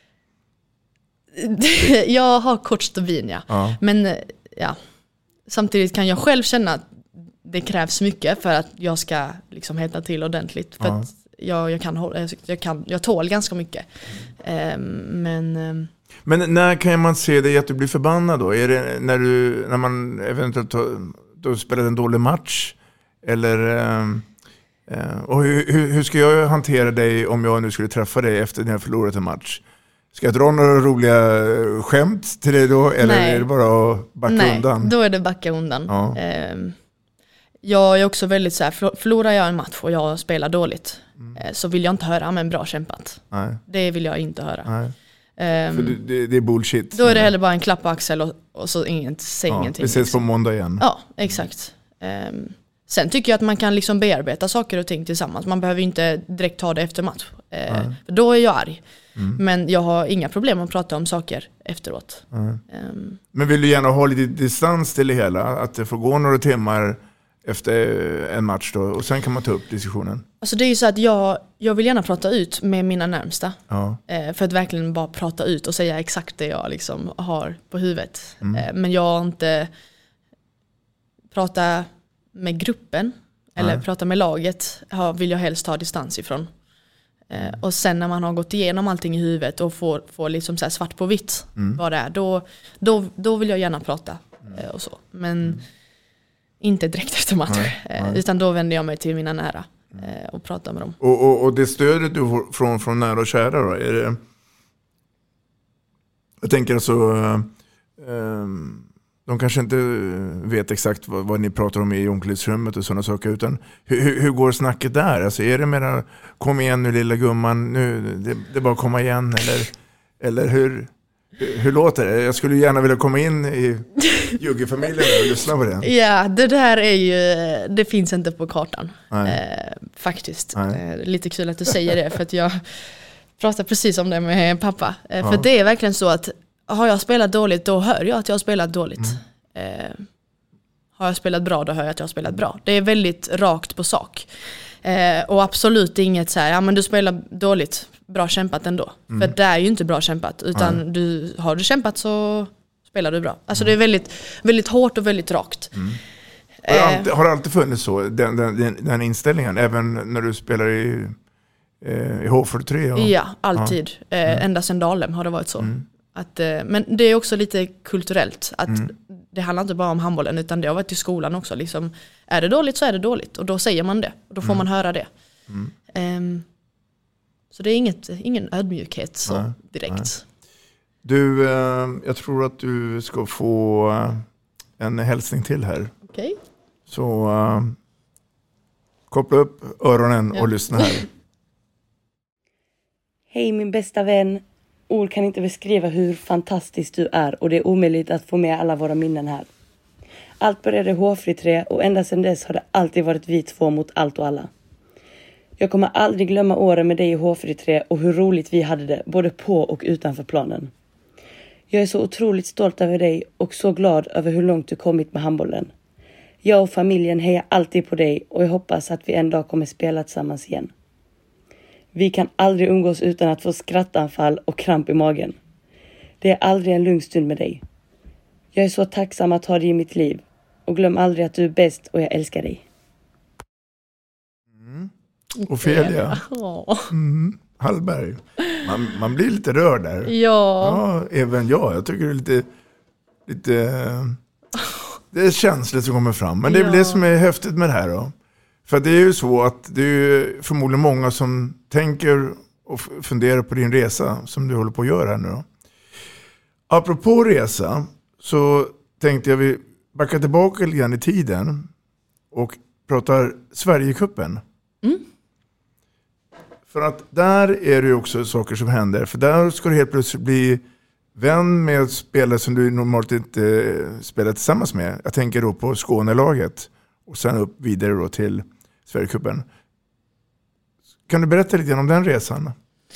Jag har kort stubin, ja. ja. Men ja, samtidigt kan jag själv känna att det krävs mycket för att jag ska liksom heta till ordentligt. För ja. att jag, jag, kan, jag, kan, jag tål ganska mycket. Mm. Um, men, um, men när kan man se dig att du blir förbannad då? Är det när, du, när man eventuellt då spelar en dålig match? Eller... Um, uh, och hur, hur ska jag hantera dig om jag nu skulle träffa dig efter att ni har förlorat en match? Ska jag dra några roliga skämt till dig då? Eller Nej. är det bara att backa Nej, undan? Nej, då är det backa undan. Ja. Um, jag är också väldigt så här, förlorar jag en match och jag spelar dåligt mm. så vill jag inte höra men bra kämpat. Nej. Det vill jag inte höra. Nej. Um, För det, det, det är bullshit. Då är det heller bara en klapp på axel och, och så inget, säg ja, ingenting. Vi ses liksom. På måndag igen. Ja, exakt. Um, sen tycker jag att man kan liksom bearbeta saker och ting tillsammans. Man behöver inte direkt ta det efter match. Uh, för då är jag arg. Mm. Men jag har inga problem att prata om saker efteråt. Mm. Um, men vill du gärna ha lite distans till det hela? Att det får gå några timmar efter en match då, och sen kan man ta upp diskussionen. Alltså det är ju så att jag, jag vill gärna prata ut med mina närmsta. Ja. Eh, för att verkligen bara prata ut och säga exakt det jag liksom har på huvudet. Mm. Eh, men jag har inte prata med gruppen eller Nej. prata med laget har, vill jag helst ta distans ifrån. Eh, och sen när man har gått igenom allting i huvudet och får, får liksom så här svart på vitt mm. vad det är, då, då, då vill jag gärna prata eh, och så. Men mm. inte direkt efter match. Nej, nej. Utan då vänder jag mig till mina nära. eh, och prata med dem. Och, och, och det stödet du får från, från nära och kära då, är det... Jag tänker alltså... Eh, de kanske inte vet exakt vad, vad ni pratar om i omklädningsrummet och sådana saker, utan hur, hur går snacket där? Alltså är det mera, kom igen nu lilla gumman, nu, det, det är bara att komma igen, eller, eller hur, hur låter det? Jag skulle gärna vilja komma in i Jugge-familjen och lyssna på det. Ja, det där är ju, det finns inte på kartan. Eh, faktiskt. Eh, lite kul att du säger det, för att jag pratar precis om det med pappa. Eh, Ja. för det är verkligen så att har jag spelat dåligt, då hör jag att jag har spelat dåligt. Mm. Eh, har jag spelat bra, då hör jag att jag har spelat bra. Det är väldigt rakt på sak. Eh, och absolut inget så här, ja men du spelar dåligt, bra kämpat ändå. Mm. För det är ju inte bra kämpat, utan Nej. du, har du kämpat så spelar du bra. Alltså det är väldigt, väldigt hårt och väldigt rakt. Mm. Har, det alltid, har det alltid funnits så, den, den, den inställningen, även när du spelar i, eh, i H fyrtiotre? Och, ja, alltid. Ja. Eh, Mm. ända sedan Dahlem har det varit så. Mm. Att, eh, men det är också lite kulturellt. Att Mm. det handlar inte bara om handbollen, utan det har varit i skolan också. Liksom, är det dåligt så är det dåligt. Och då säger man det. Och då får Mm. man höra det. Mm. Um, så det är inget, ingen ödmjukhet så Nej, direkt. nej. Du, eh, jag tror att du ska få eh, en hälsning till här. Okej. Så eh, koppla upp öronen Ja. och lyssna här. Hej min bästa vän. Ord kan inte beskriva hur fantastisk du är, och det är omöjligt att få med alla våra minnen här. Allt började H fyrtiotre och ända sedan dess har det alltid varit vi två mot allt och alla. Jag kommer aldrig glömma åren med dig i H fyrtiotre och hur roligt vi hade det, både på och utanför planen. Jag är så otroligt stolt över dig och så glad över hur långt du kommit med handbollen. Jag och familjen hejar alltid på dig och jag hoppas att vi en dag kommer spela tillsammans igen. Vi kan aldrig umgås utan att få skrattanfall och kramp i magen. Det är aldrig en lugn stund med dig. Jag är så tacksam att ha dig i mitt liv. Och glöm aldrig att du är bäst och jag älskar dig. Mm. Ofelia. Mm. Hallberg. Man, man blir lite rörd där. Ja. Ja, även jag. Jag tycker det är lite... lite det är känsligt som kommer fram. Men det är väl Ja. det som är häftigt med det här då. För det är ju så att det är ju förmodligen många som tänker och funderar på din resa som du håller på att göra här nu då. Apropå resa så tänkte jag vi backa tillbaka lite grann i tiden och pratar Sverigecupen. Mm. För att där är det ju också saker som händer. För där ska du helt plötsligt bli vän med spelare som du normalt inte spelar tillsammans med. Jag tänker då på Skånelaget och sen upp vidare då till Sverigecupen. Kan du berätta lite om den resan?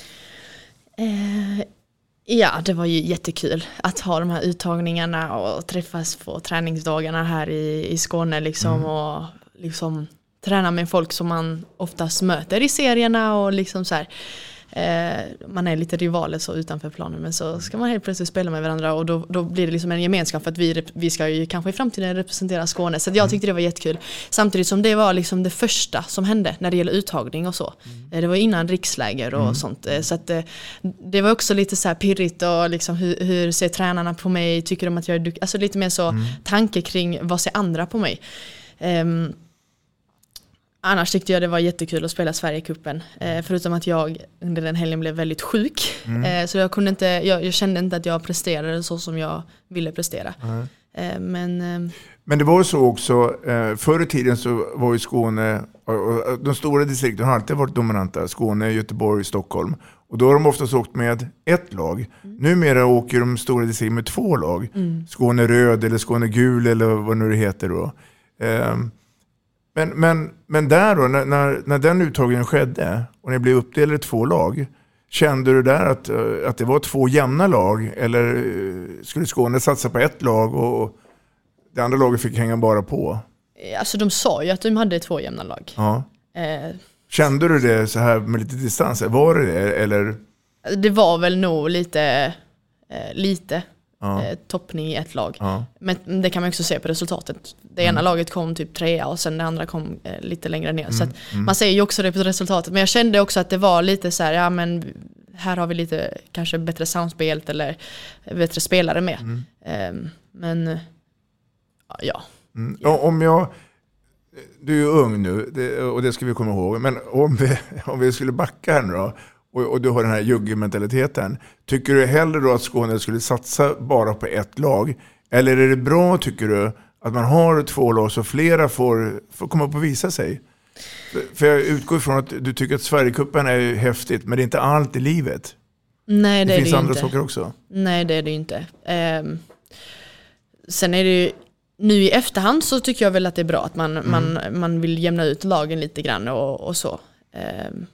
Eh, ja, det var ju jättekul att ha de här uttagningarna och träffas på träningsdagarna här i, i Skåne liksom, Mm. och liksom träna med folk som man oftast möter i serierna och liksom så här. Eh, man är lite rivaler så utanför planen, men så ska man helt plötsligt spela med varandra och då, då blir det liksom en gemenskap för att vi, rep- vi ska ju kanske i framtiden representera Skåne, så att jag tyckte det var jättekul, samtidigt som det var liksom det första som hände när det gäller uttagning och så. Eh, det var innan riksläger och Mm. sånt, eh, så att eh, det var också lite så här pirrigt och liksom hur, hur ser tränarna på mig, tycker de att jag är duktig, alltså lite mer så Mm. tanke kring vad ser andra på mig. Ehm, Annars tyckte jag det var jättekul att spela Sverigecupen. Eh, förutom att jag under den helgen blev väldigt sjuk. Mm. Eh, så jag, kunde inte, jag, jag kände inte att jag presterade så som jag ville prestera. Mm. Eh, men, eh, Men det var ju så också, eh, förr i tiden så var ju Skåne, och, och, de stora distrikten har alltid varit dominanta. Skåne, Göteborg, Stockholm. Och då har de oftast åkt med ett lag. Mm. Numera åker de stora distrikten med två lag. Mm. Skåne röd eller Skåne gul eller vad nu det heter då. Eh, Men, men, men där då, när, när, när den uttagningen skedde och ni blev uppdelade i två lag, kände du där att, att det var två jämna lag, eller skulle Skåne satsa på ett lag och det andra laget fick hänga bara på? alltså de sa ju att de hade två jämna lag. Ja. Eh, Kände du det så här med lite distans? Var det det? Eller? det var väl nog lite, eh, lite Ja. eh, toppning i ett lag. Ja. Men det kan man också se på resultatet. Det ena Mm. laget kom typ trea och sen det andra kom eh, lite längre ner. Mm. Så att Mm. man ser ju också det på resultatet. Men jag kände också att det var lite så här, ja men här har vi lite kanske bättre samspel eller bättre spelare med. Mm. Eh, men ja. Mm. Ja, om jag Du är ung nu det, och det ska vi komma ihåg. Men om vi, om vi skulle backa här nu då och, och du har den här juggementaliteten. Tycker du hellre då att Skåne skulle satsa bara på ett lag? Eller är det bra, tycker du, att man har två lag så flera får, får komma upp och visa sig? För, för jag utgår ifrån att du tycker att Sverigecupen är häftigt, men det är inte allt i livet. Nej, det, det är finns det andra inte. saker också. Nej, det är det inte. Um, sen är det ju, nu i efterhand så tycker jag väl att det är bra att man, mm. man, man vill jämna ut lagen lite grann och, och så. Um,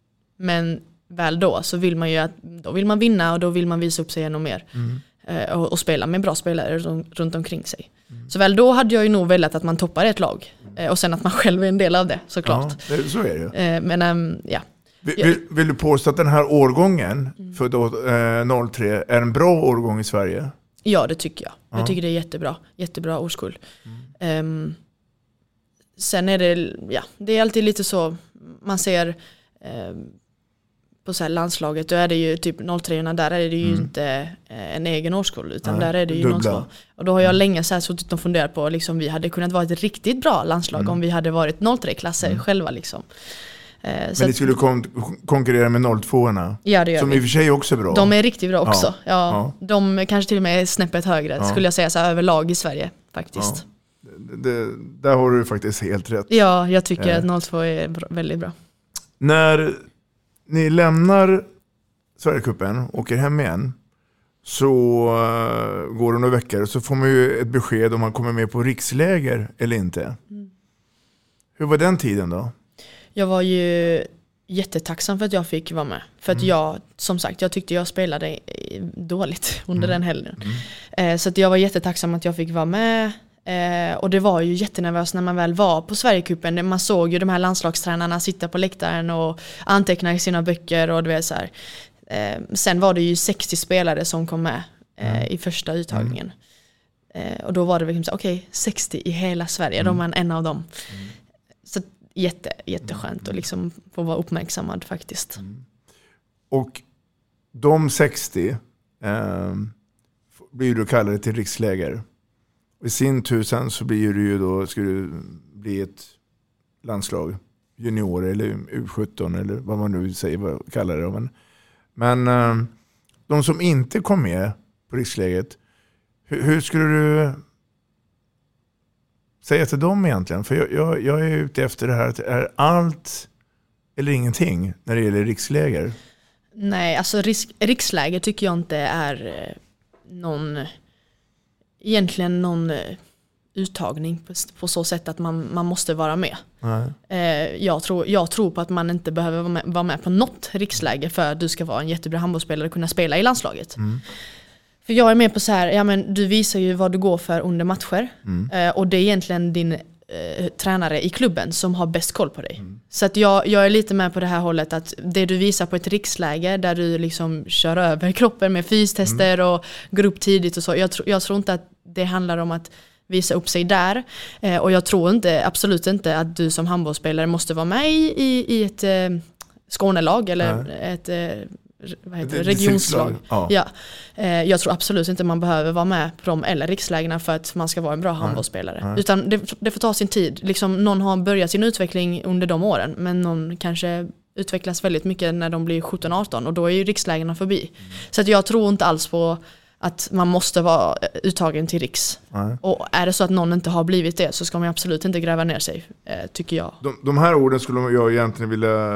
men väl då så vill man ju att då vill man vinna och då vill man visa upp sig ännu mer. Mm. Uh, och, och spela med bra spelare runt, runt omkring sig. Mm. Så väl då hade jag ju nog velat att man toppar ett lag. Uh, och sen att man själv är en del av det, såklart. Ja, det, så är det ju. Uh, men um, ja. Vill, vill, vill du påstå att den här årgången mm. för då, eh, noll tre är en bra årgång i Sverige? Ja, det tycker jag. Ja. Jag tycker det är jättebra. Jättebra årskull. Mm. Um, sen är det, ja, det är alltid lite så, man ser um, på så här landslaget, då är det ju typ noll tre-orna, där är det ju mm. inte eh, en egen årskull, utan Nej, där är det ju någon två. Och då har jag länge så här suttit och funderat på, liksom, vi hade kunnat vara ett riktigt bra landslag mm. om vi hade varit noll tre-klasser mm. själva liksom. Men så ni skulle kon- konkurrera med noll två-orna? Ja, det gör som vi. I och för sig också är bra. De är riktigt bra också. Ja. Ja. Ja. De kanske till och med är snäppet högre, ja. skulle jag säga, så här, överlag i Sverige faktiskt. Ja. Det, det, där har du faktiskt helt rätt. Ja, jag tycker eh. att noll två är bra, väldigt bra. När ni lämnar Sverigecupen och åker hem igen, så uh, går det några veckor så får man ju ett besked om man kommer med på riksläger eller inte. Mm. Hur var den tiden då? Jag var ju jättetacksam för att jag fick vara med. För att mm. jag, som sagt, jag tyckte jag spelade dåligt under mm. den helgen. Mm. Eh, så att jag var jättetacksam att jag fick vara med. Eh, och det var ju jättenervöst när man väl var på Sverigecupen. Man såg ju de här landslagstränarna sitta på läktaren och anteckna i sina böcker och du vet så här. Eh, sen var det ju sextio spelare som kom med eh, mm. i första uttagningen. Mm. Eh, och då var det liksom så, okej, okay, sextio i hela Sverige, mm. de är en av dem. Mm. Så jätte, jätteskönt att liksom få vara uppmärksammad faktiskt. Mm. Och de sextio eh, blir du kallade till riksläger. Och i sin tur sen så blir du ju då, ska du bli ett landslag, junior eller U sjutton eller vad man nu säger, vad kallar det. Men, men eh, de som inte kom med på riksläget, hur, hur skulle du säga till dem egentligen? För jag, jag, jag är ute efter det här, att är allt eller ingenting när det gäller riksläger? Nej, alltså riks, riksläger tycker jag inte är någon, egentligen någon uttagning på, på så sätt att man, man måste vara med. Eh, jag, tror, jag tror på att man inte behöver vara med, vara med på något riksläger för att du ska vara en jättebra handbollsspelare och kunna spela i landslaget. Mm. För jag är med på så här, ja men du visar ju vad du går för under matcher. Mm. Eh, och det är egentligen din eh, tränare i klubben som har bäst koll på dig. Mm. Så att jag, jag är lite med på det här hållet att det du visar på ett riksläger där du liksom kör över kroppen med fystester mm. och går upp tidigt och så. Jag, tro, jag tror inte att det handlar om att visa upp sig där. Eh, och jag tror inte, absolut inte att du som handbollsspelare måste vara med i, i ett eh, Skånelag eller Nej. ett eh, vad heter det, regionslag. Ja. Ja. Eh, jag tror absolut inte man behöver vara med på dem eller rikslägena för att man ska vara en bra handbollsspelare. Nej. Utan det, det får ta sin tid. Liksom, någon har börjat sin utveckling under de åren, men någon kanske utvecklas väldigt mycket när de blir sjutton arton och då är ju rikslägena förbi. Mm. Så att jag tror inte alls på att man måste vara uttagen till riks. Nej. Och är det så att någon inte har blivit det så ska man absolut inte gräva ner sig, eh, tycker jag. De, de här orden skulle jag egentligen vilja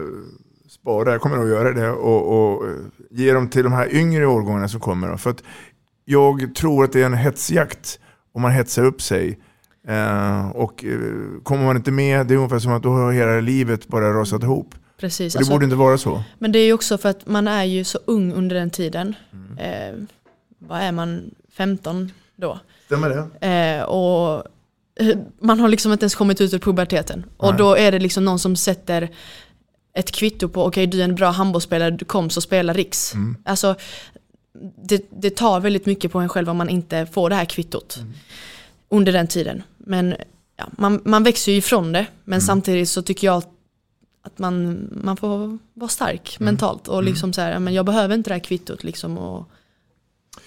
spara. Jag kommer nog göra det och, och ge dem till de här yngre årgångarna som kommer. För att jag tror att det är en hetsjakt om man hetsar upp sig. Eh, och eh, kommer man inte med, det är ungefär som att då har hela livet bara rasat ihop. Precis. Det alltså, borde inte vara så. Men det är ju också för att man är ju så ung under den tiden. Mm. Eh, vad är man? femton då? Stämmer det? Eh, och man har liksom inte ens kommit ut ur puberteten. Nej. Och då är det liksom någon som sätter ett kvitto på, okej, okay, du är en bra handbollsspelare, du kom så spela riks. Mm. Alltså, det, det tar väldigt mycket på en själv om man inte får det här kvittot mm. under den tiden. Men ja, man, man växer ju ifrån det. Men mm. samtidigt så tycker jag att man, man får vara stark mm. mentalt. Och liksom mm. så här, men jag behöver inte det här kvittot. Liksom, och...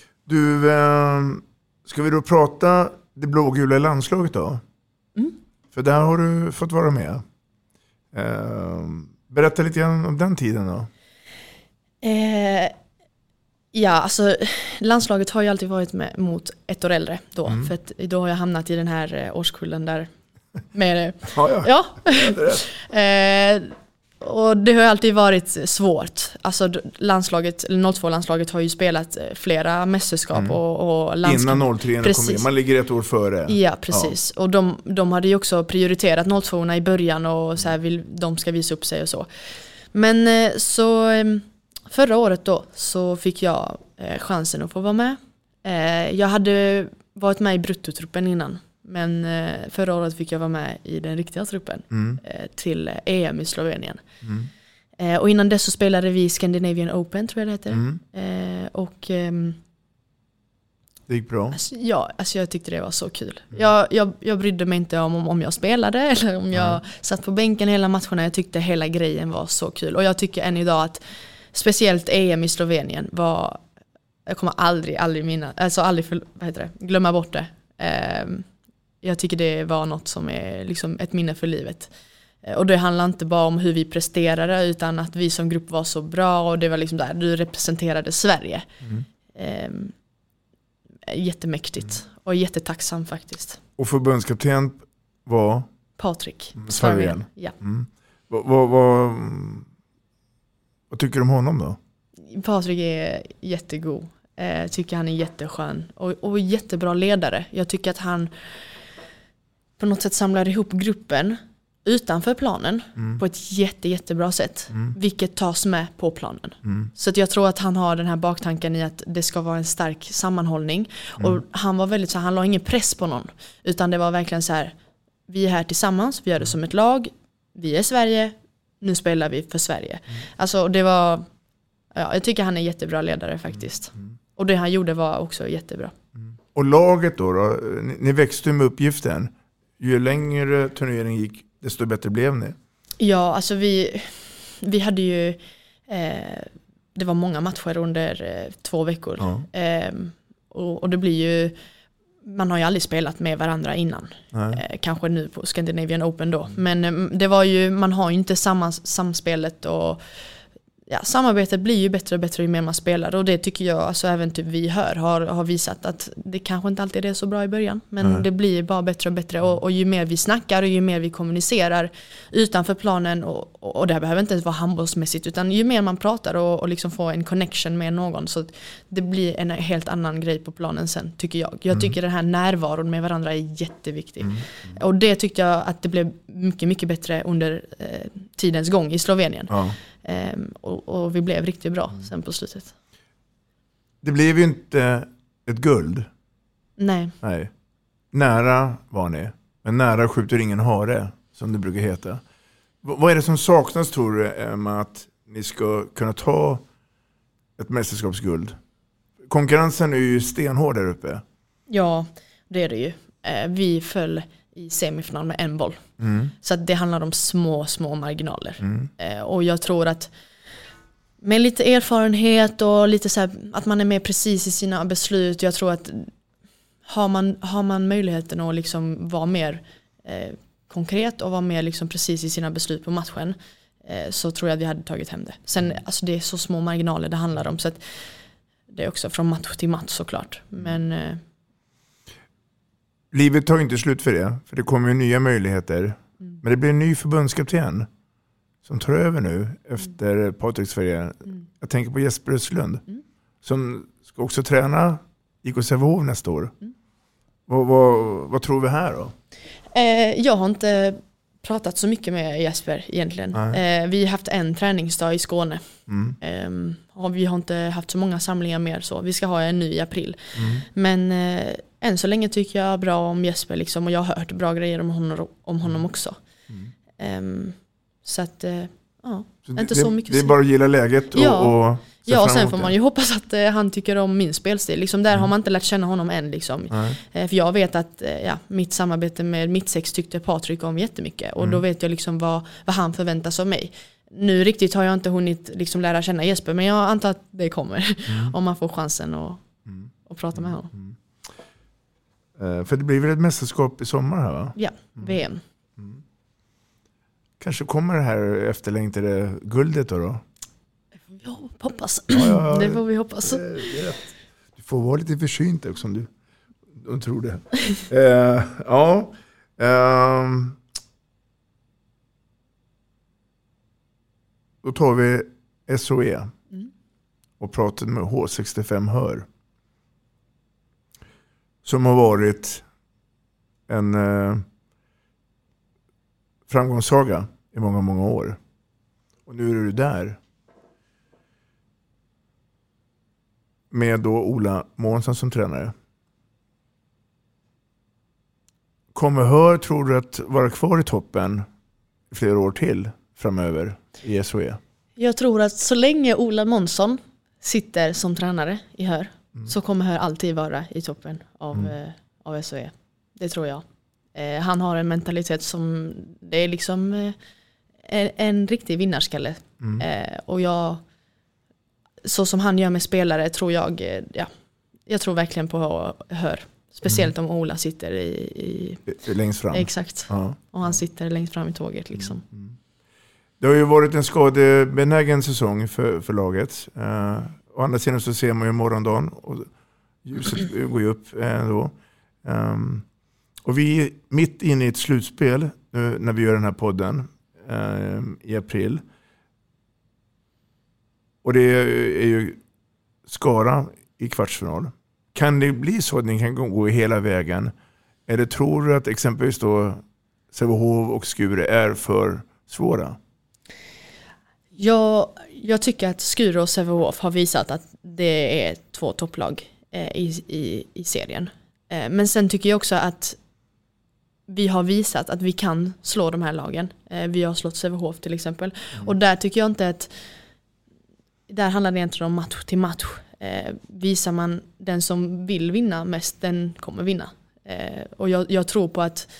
Du, eh, ska vi då prata det blågula landslaget då? Mm. För där har du fått vara med. Eh, berätta lite grann om den tiden då. Eh, ja, alltså landslaget har ju alltid varit med mot ett år äldre då. Mm. För att då har jag hamnat i den här årskullen där. Med, ja, ja. ja. eh, och det har alltid varit svårt. Alltså landslaget, eller noll två-landslaget har ju spelat flera mästerskap mm. och, och landskap. Innan noll tre kom in, man ligger ett år före. Ja, precis. Ja. Och de, de hade ju också prioriterat noll två-orna i början och så här vill, de ska visa upp sig och så. Men så förra året då så fick jag eh, chansen att få vara med. Eh, jag hade varit med i bruttotruppen innan. Men eh, förra året fick jag vara med i den riktiga truppen mm. eh, till E M i Slovenien. Mm. Eh, och innan dess så spelade vi Scandinavian Open, tror jag det heter. Mm. Eh, och ehm, det gick bra? Alltså, ja, alltså jag tyckte det var så kul. Mm. Jag, jag, jag brydde mig inte om, om, om jag spelade eller om jag mm. satt på bänken hela matcherna. Jag tyckte hela grejen var så kul. Och jag tycker än idag att speciellt E M i Slovenien var... Jag kommer aldrig, aldrig minna, alltså aldrig för, vad heter det, glömma bort det. Eh, Jag tycker det var något som är liksom ett minne för livet. Och det handlar inte bara om hur vi presterade utan att vi som grupp var så bra och det var liksom där du representerade Sverige. Mm. Ehm, jättemäktigt mm. och jättetacksam faktiskt. Och förbundskapten var? Patrik. Sverige. Ja. Mm. Vad, vad, vad, vad tycker du om honom då? Patrik är jättegod. Jag tycker han är jätteskön och, och jättebra ledare. Jag tycker att han på något sätt samlar ihop gruppen utanför planen mm. på ett jätte, jättebra sätt. Mm. Vilket tas med på planen. Mm. Så att jag tror att han har den här baktanken i att det ska vara en stark sammanhållning. Mm. Och han var väldigt så han la ingen press på någon. Utan det var verkligen så här, vi är här tillsammans, vi gör det som ett lag. Vi är Sverige, nu spelar vi för Sverige. Mm. Alltså det var, ja, jag tycker han är jättebra ledare faktiskt. Mm. Och det han gjorde var också jättebra. Mm. Och laget då, då ni, ni växte med uppgiften. Ju längre turneringen gick, desto bättre blev ni. Ja, alltså vi, vi hade ju... Eh, det var många matcher under eh, två veckor. Ja. Eh, och, och det blir ju... Man har ju aldrig spelat med varandra innan. Eh, kanske nu på Scandinavian Open då. Men eh, det var ju... Man har ju inte samma samspelet och... Ja, samarbetet blir ju bättre och bättre ju mer man spelar och det tycker jag, alltså även typ vi hör har, har visat att det kanske inte alltid är så bra i början men mm. det blir bara bättre och bättre och, och ju mer vi snackar och ju mer vi kommunicerar utanför planen och, och, och det här behöver inte ens vara handbollsmässigt utan ju mer man pratar och, och liksom får en connection med någon så det blir en helt annan grej på planen sen tycker jag. Jag tycker mm. den här närvaron med varandra är jätteviktig mm. och det tyckte jag att det blev mycket, mycket bättre under eh, tidens gång i Slovenien. Ja. Um, och, och vi blev riktigt bra mm. sen på slutet. Det blev ju inte ett guld. Nej. Nej. Nära var ni. Men nära skjuter ingen hare, som det brukar heta. V- vad är det som saknas, tror du, med att ni ska kunna ta ett mästerskapsguld? Konkurrensen är ju stenhård där uppe. Ja, det är det ju. Uh, vi föll i semifinal med en boll. Mm. Så att det handlar om små, små marginaler. Mm. Eh, och jag tror att med lite erfarenhet och lite så här, att man är mer precis i sina beslut. Jag tror att har man, har man möjligheten att liksom vara mer eh, konkret och vara mer liksom precis i sina beslut på matchen eh, så tror jag att vi hade tagit hem det. Sen, alltså det är så små marginaler det handlar om. Så att det är också från match till match såklart. Men... Eh, Livet tar inte slut för det, för det kommer ju nya möjligheter. Mm. Men det blir en ny förbundskapten som tar över nu efter mm. Patrik Sverige. Mm. Jag tänker på Jesper Östlund mm. som ska också träna I K Sävehof nästa år. Mm. Vad, vad, vad tror vi här då? Eh, jag har inte pratat så mycket med Jesper egentligen. Eh, vi har haft en träningsdag i Skåne. Mm. Eh, och vi har inte haft så många samlingar mer så. Vi ska ha en ny i april. Mm. Men... Eh, än så länge tycker jag bra om Jesper liksom, och jag har hört bra grejer om honom, om honom också. Mm. Um, så att, uh, ja, så inte det, så mycket. Det är bara att gilla läget och, ja. och ja, och sen får man ju hoppas att uh, han tycker om min spelstil. Liksom, där mm. har man inte lärt känna honom än. Liksom. Mm. Uh, för jag vet att uh, ja, mitt samarbete med mitt sex tyckte Patrik om jättemycket. Och mm. då vet jag liksom vad, vad han förväntas av mig. Nu riktigt har jag inte hunnit liksom, lära känna Jesper, men jag antar att det kommer. Mm. om man får chansen att mm. och prata med honom. Mm. För det blir väl ett mästerskap i sommar här, va? Ja, V M. kanske kommer det här efterlängtade guldet då? då? Ja, hoppas. Ja, ja, det får vi hoppas. Det, det du får vara lite försynt också om du, du tror det. uh, ja. Um, då tar vi S O E mm. och pratar med H sextiofem Hör. Som har varit en uh, framgångssaga i många, många år. Och nu är du där. Med då Ola Månsson som tränare. Kommer Hör, tror du, att vara kvar i toppen flera år till framöver i S O E? Jag tror att så länge Ola Månsson sitter som tränare i Hör mm. så kommer Hör alltid vara i toppen av, mm. eh, av S O E. Det tror jag. Eh, han har en mentalitet som det är liksom eh, en, en riktig vinnarskalle. Mm. Eh, och jag så som han gör med spelare tror jag eh, ja, jag tror verkligen på Hör. Speciellt mm. om Ola sitter i, i längst fram. Exakt. Ja. Och han sitter längst fram i tåget liksom. Mm. Det har ju varit en skadebenägen säsong för, för laget. Uh, å andra sidan så ser man ju morgondagen och ljuset går ju upp ändå. Um, och vi är mitt inne i ett slutspel nu när vi gör den här podden uh, i april. Och det är, är ju Skara i kvartsfinal. Kan det bli så att ni kan gå hela vägen? Eller tror du att exempelvis då Sävehof och Skure är för svåra? Jag, jag tycker att Skure och Sävehof har visat att det är två topplag eh, i, i, i serien. Eh, men sen tycker jag också att vi har visat att vi kan slå de här lagen. Eh, vi har slått Sävehof till exempel. Mm. Och där tycker jag inte att där handlar det egentligen om match till match. Eh, visar man den som vill vinna mest, den kommer vinna. Eh, och jag, jag tror på att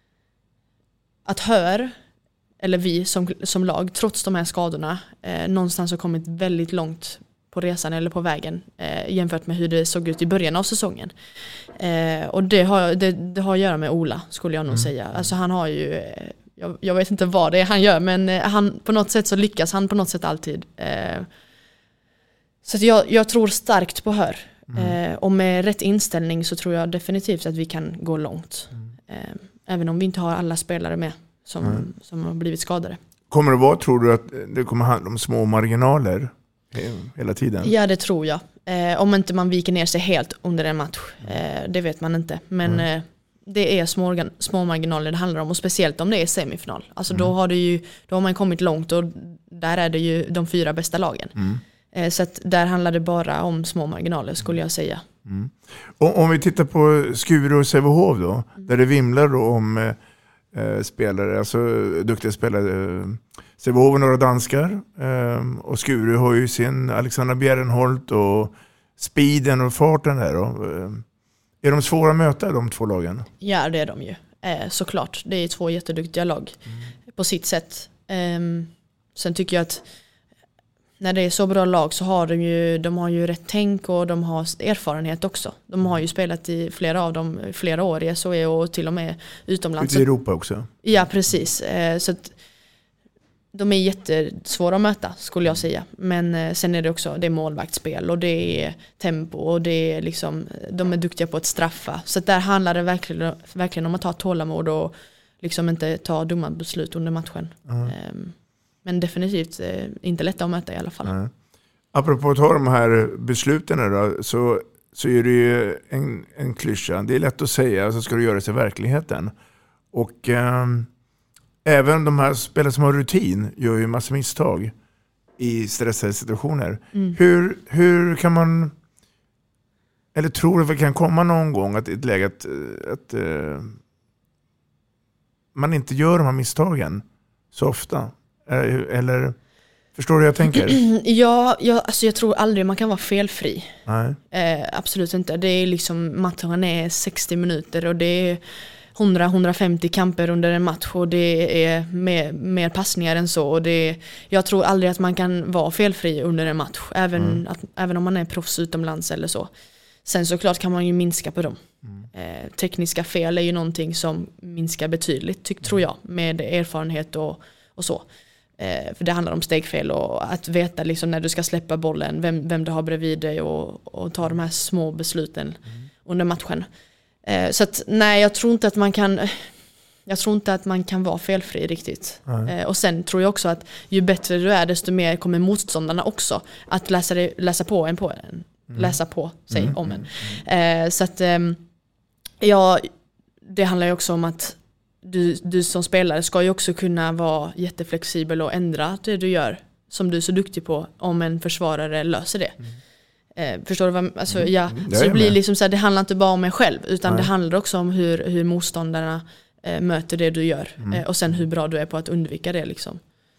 att Hör eller vi som, som lag, trots de här skadorna eh, någonstans har kommit väldigt långt på resan eller på vägen eh, jämfört med hur det såg ut i början av säsongen. Eh, och det har, det, det har att göra med Ola, skulle jag nog mm. säga. Alltså han har ju, eh, jag, jag vet inte vad det är han gör, men eh, han, på något sätt så lyckas han på något sätt alltid. Eh, så att jag, jag tror starkt på Hör. Mm. Eh, och med rätt inställning så tror jag definitivt att vi kan gå långt. Mm. Eh, även om vi inte har alla spelare med som, mm. som har blivit skadade. Kommer det vara, tror du, att det kommer handla om små marginaler hela tiden? Ja, det tror jag. Eh, om inte man viker ner sig helt under en match. Eh, det vet man inte. Men mm. eh, det är små, små marginaler det handlar om. Och speciellt om det är semifinal. Alltså mm. då, har det ju, då har man kommit långt och där är det ju de fyra bästa lagen. Mm. Eh, så att där handlar det bara om små marginaler, skulle jag säga. Mm. Och om vi tittar på Skure och Sävehof då, mm. där det vimlar då om eh, spelare, alltså duktiga spelare. Sävehof har några danskar eh, och Skure har ju sin Alexander Bjärrenholt och speeden och farten här då. Är de svåra att möta, de två lagen? Ja, det är de ju. Eh, såklart. Det är två jätteduktiga lag mm. på sitt sätt. Eh, sen tycker jag att när det är så bra lag så har de ju, de har ju rätt tänk och de har erfarenhet också. De har ju spelat i flera av dem flera år i S O E och till och med utomlands. I Europa också? Ja, precis. Så att de är jättesvåra att möta, skulle jag säga. Men sen är det också, det är målvaktsspel och det är tempo och det är liksom, de är duktiga på att straffa. Så att där handlar det verkligen, verkligen om att ta tålamod och liksom inte ta dumma beslut under matchen. Mm. Men definitivt eh, inte lätt att möta i alla fall. Nej. Apropå att ta de här besluten då, så, så är det ju en, en klyscha. Det är lätt att säga, så ska du göra det i verkligheten. Och eh, även de här spelare som har rutin gör ju massa misstag i stressade situationer. Mm. Hur, hur kan man, eller tror du att det kan komma någon gång att ett läge att, att eh, man inte gör de här misstagen så ofta? Eller förstår du hur jag tänker? Ja, jag, alltså jag tror aldrig man kan vara felfri. Nej. Eh, absolut inte. Det är liksom, matchen är sextio minuter och det är hundra till hundrafemtio kamper under en match och det är mer, mer passningar än så. Och det är, jag tror aldrig att man kan vara felfri under en match, även, mm. att, även om man är proffs utomlands eller så. Sen såklart kan man ju minska på dem. Mm. Eh, tekniska fel är ju någonting som minskar betydligt, tyck, tror jag, med erfarenhet och och så. Eh, för det handlar om stegfel och att veta liksom när du ska släppa bollen, vem, vem du har bredvid dig och, och ta de här små besluten mm. under matchen. Eh, så att nej, jag tror inte att man kan jag tror inte att man kan vara felfri riktigt. Eh, och sen tror jag också att ju bättre du är, desto mer kommer motståndarna också att läsa, det, läsa på en på en. Mm. Läsa på sig mm. om en. Eh, så att eh, ja, det handlar ju också om att Du, du som spelare ska ju också kunna vara jätteflexibel och ändra det du gör som du är så duktig på om en försvarare löser det. Mm. Eh, förstår du vad alltså, mm. ja, det så det blir liksom så här, det handlar inte bara om mig själv utan Nej. det handlar också om hur, hur motståndarna eh, möter det du gör mm. eh, och sen hur bra du är på att undvika det liksom.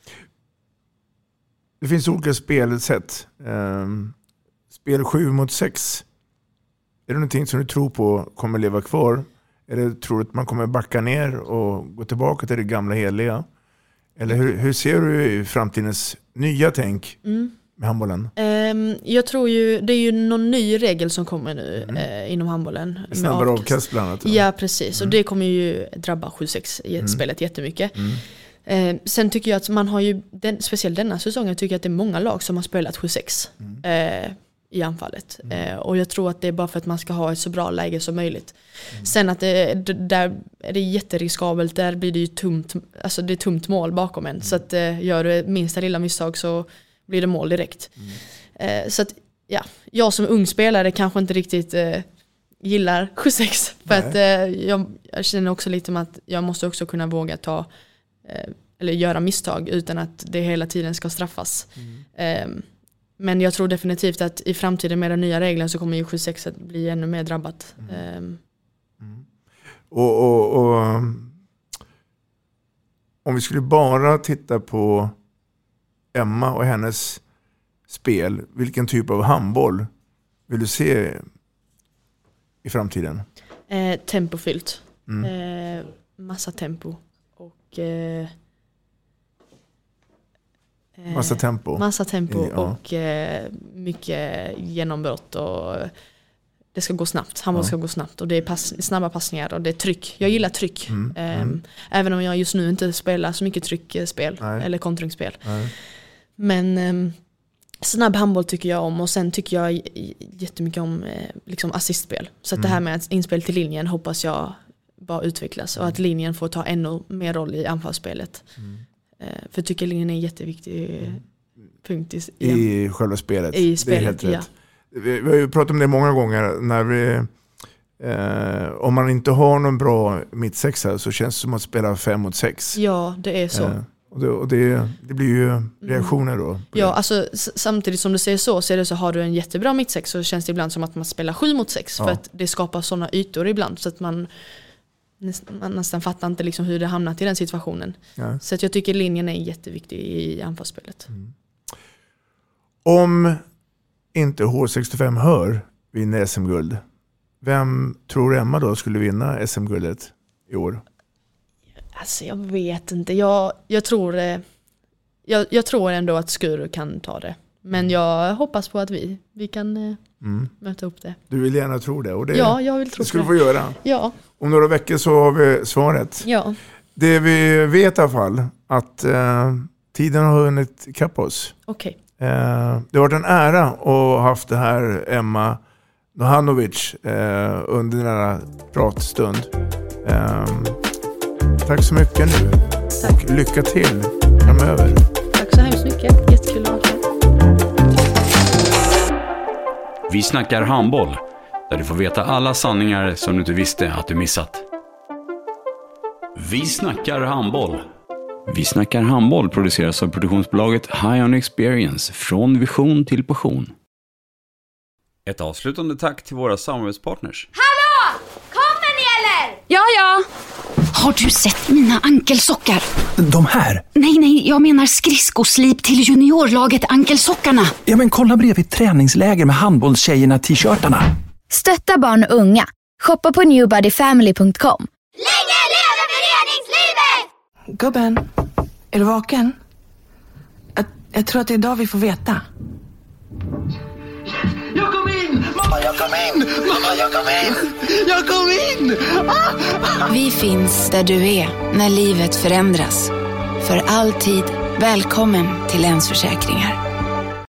Det finns olika spelsätt. Um, spel sju mot sex. Är det någonting som du tror på kommer leva kvar? Eller tror du att man kommer backa ner och gå tillbaka till det gamla heliga? Eller hur, hur ser du i framtidens nya tänk mm. med handbollen? Um, jag tror ju, det är ju någon ny regel som kommer nu mm. eh, inom handbollen. Snabbare avkast bland annat. Ja, precis. Mm. Och det kommer ju drabba sju sex i mm. spelet jättemycket. Mm. Eh, sen tycker jag att man har ju, den, speciellt denna säsongen, tycker jag att det är många lag som har spelat sju sex. Mm. Eh, i anfallet. Mm. Eh, och jag tror att det är bara för att man ska ha ett så bra läge som möjligt. Mm. Sen att det, det, där är det jätteriskabelt, där blir det ju tomt, alltså det är tomt mål bakom en. Mm. Så att eh, gör du minsta lilla misstag så blir det mål direkt. Mm. Eh, så att ja, jag som ung spelare kanske inte riktigt eh, gillar sju sex. För att eh, jag, jag känner också lite om att jag måste också kunna våga ta eh, eller göra misstag utan att det hela tiden ska straffas. Mm. Eh, Men jag tror definitivt att i framtiden med den nya regeln så kommer ju sju sex att bli ännu mer drabbat. Mm. Um. Mm. Och, och, och om vi skulle bara titta på Emma och hennes spel, vilken typ av handboll vill du se i framtiden? Eh, tempofyllt. Mm. Eh, massa tempo. Och... Eh, Massa tempo. Massa tempo ja. och eh, mycket genombrott och det ska gå snabbt. Handboll ja. ska gå snabbt och det är pass, snabba passningar och det är tryck. Jag gillar tryck. Mm. Eh, mm. Även om jag just nu inte spelar så mycket tryckspel Nej. eller kontringsspel. Nej. Men eh, snabb handboll tycker jag om och sen tycker jag jättemycket om eh, liksom assistspel. Så att mm. det här med att inspel till linjen hoppas jag bara utvecklas och att linjen får ta ännu mer roll i anfallsspelet. Mm. För jag tycker linjen är en jätteviktig mm. punkt i, ja. i själva spelet. I spelet, det är helt ja. rätt. Vi, vi har ju pratat om det många gånger. När vi, eh, om man inte har någon bra mittsexa så känns det som att spela fem mot sex. Ja, det är så. Eh, och det, och det, det blir ju reaktioner då. Ja, alltså samtidigt som du säger så så är det så har du en jättebra mittsex så känns det ibland som att man spelar sju mot sex. Ja. För att det skapar sådana ytor ibland så att man man nästan fattar inte liksom hur det hamnat i den situationen. Ja. Så att jag tycker linjen är jätteviktig i anfallsspelet. Mm. Om inte H sextiofem hör vinna S M-guld, vem tror Emma då skulle vinna S M-guldet i år? Alltså jag vet inte. Jag, jag, tror, jag, jag tror ändå att Skuru kan ta det. Men jag hoppas på att vi, vi kan mm. möta upp det. Du vill gärna tro det? Och det ja, jag vill tro det. Skulle det. få göra. Ja. Om några veckor så har vi svaret. Ja. Det vi vet i alla fall att eh, tiden har hunnit ikapp oss. Okej. Okay. Eh, det har varit en ära att ha haft det här Emma Nohanovic eh, under den här pratstund. Eh, tack så mycket nu. Tack. Och lycka till framöver. Tack så hemskt mycket. Jättekul att vara här. Vi snackar handboll, där du får veta alla sanningar som du inte visste att du missat. Vi snackar handboll. Vi snackar handboll produceras av produktionsbolaget High On Experience, från vision till passion. Ett avslutande tack till våra samarbetspartners. Hallå! Kommer ni eller? Ja, ja. Har du sett mina ankelsockar? De här? Nej, nej, jag menar skridskoslip till juniorlaget Ankelsockarna. Ja, men kolla bredvid träningsläger med handbollstjejerna t-shirtarna. Stötta barn och unga. Shoppa på new body family punkt com. Länge leve föreningslivet! Gubben, är du vaken? Jag, jag tror att det är idag vi får veta. Jag kom in! Mamma, jag kom in! Mamma, jag kom in! Jag kom in! Ah! Vi finns där du är när livet förändras. För alltid välkommen till Länsförsäkringar.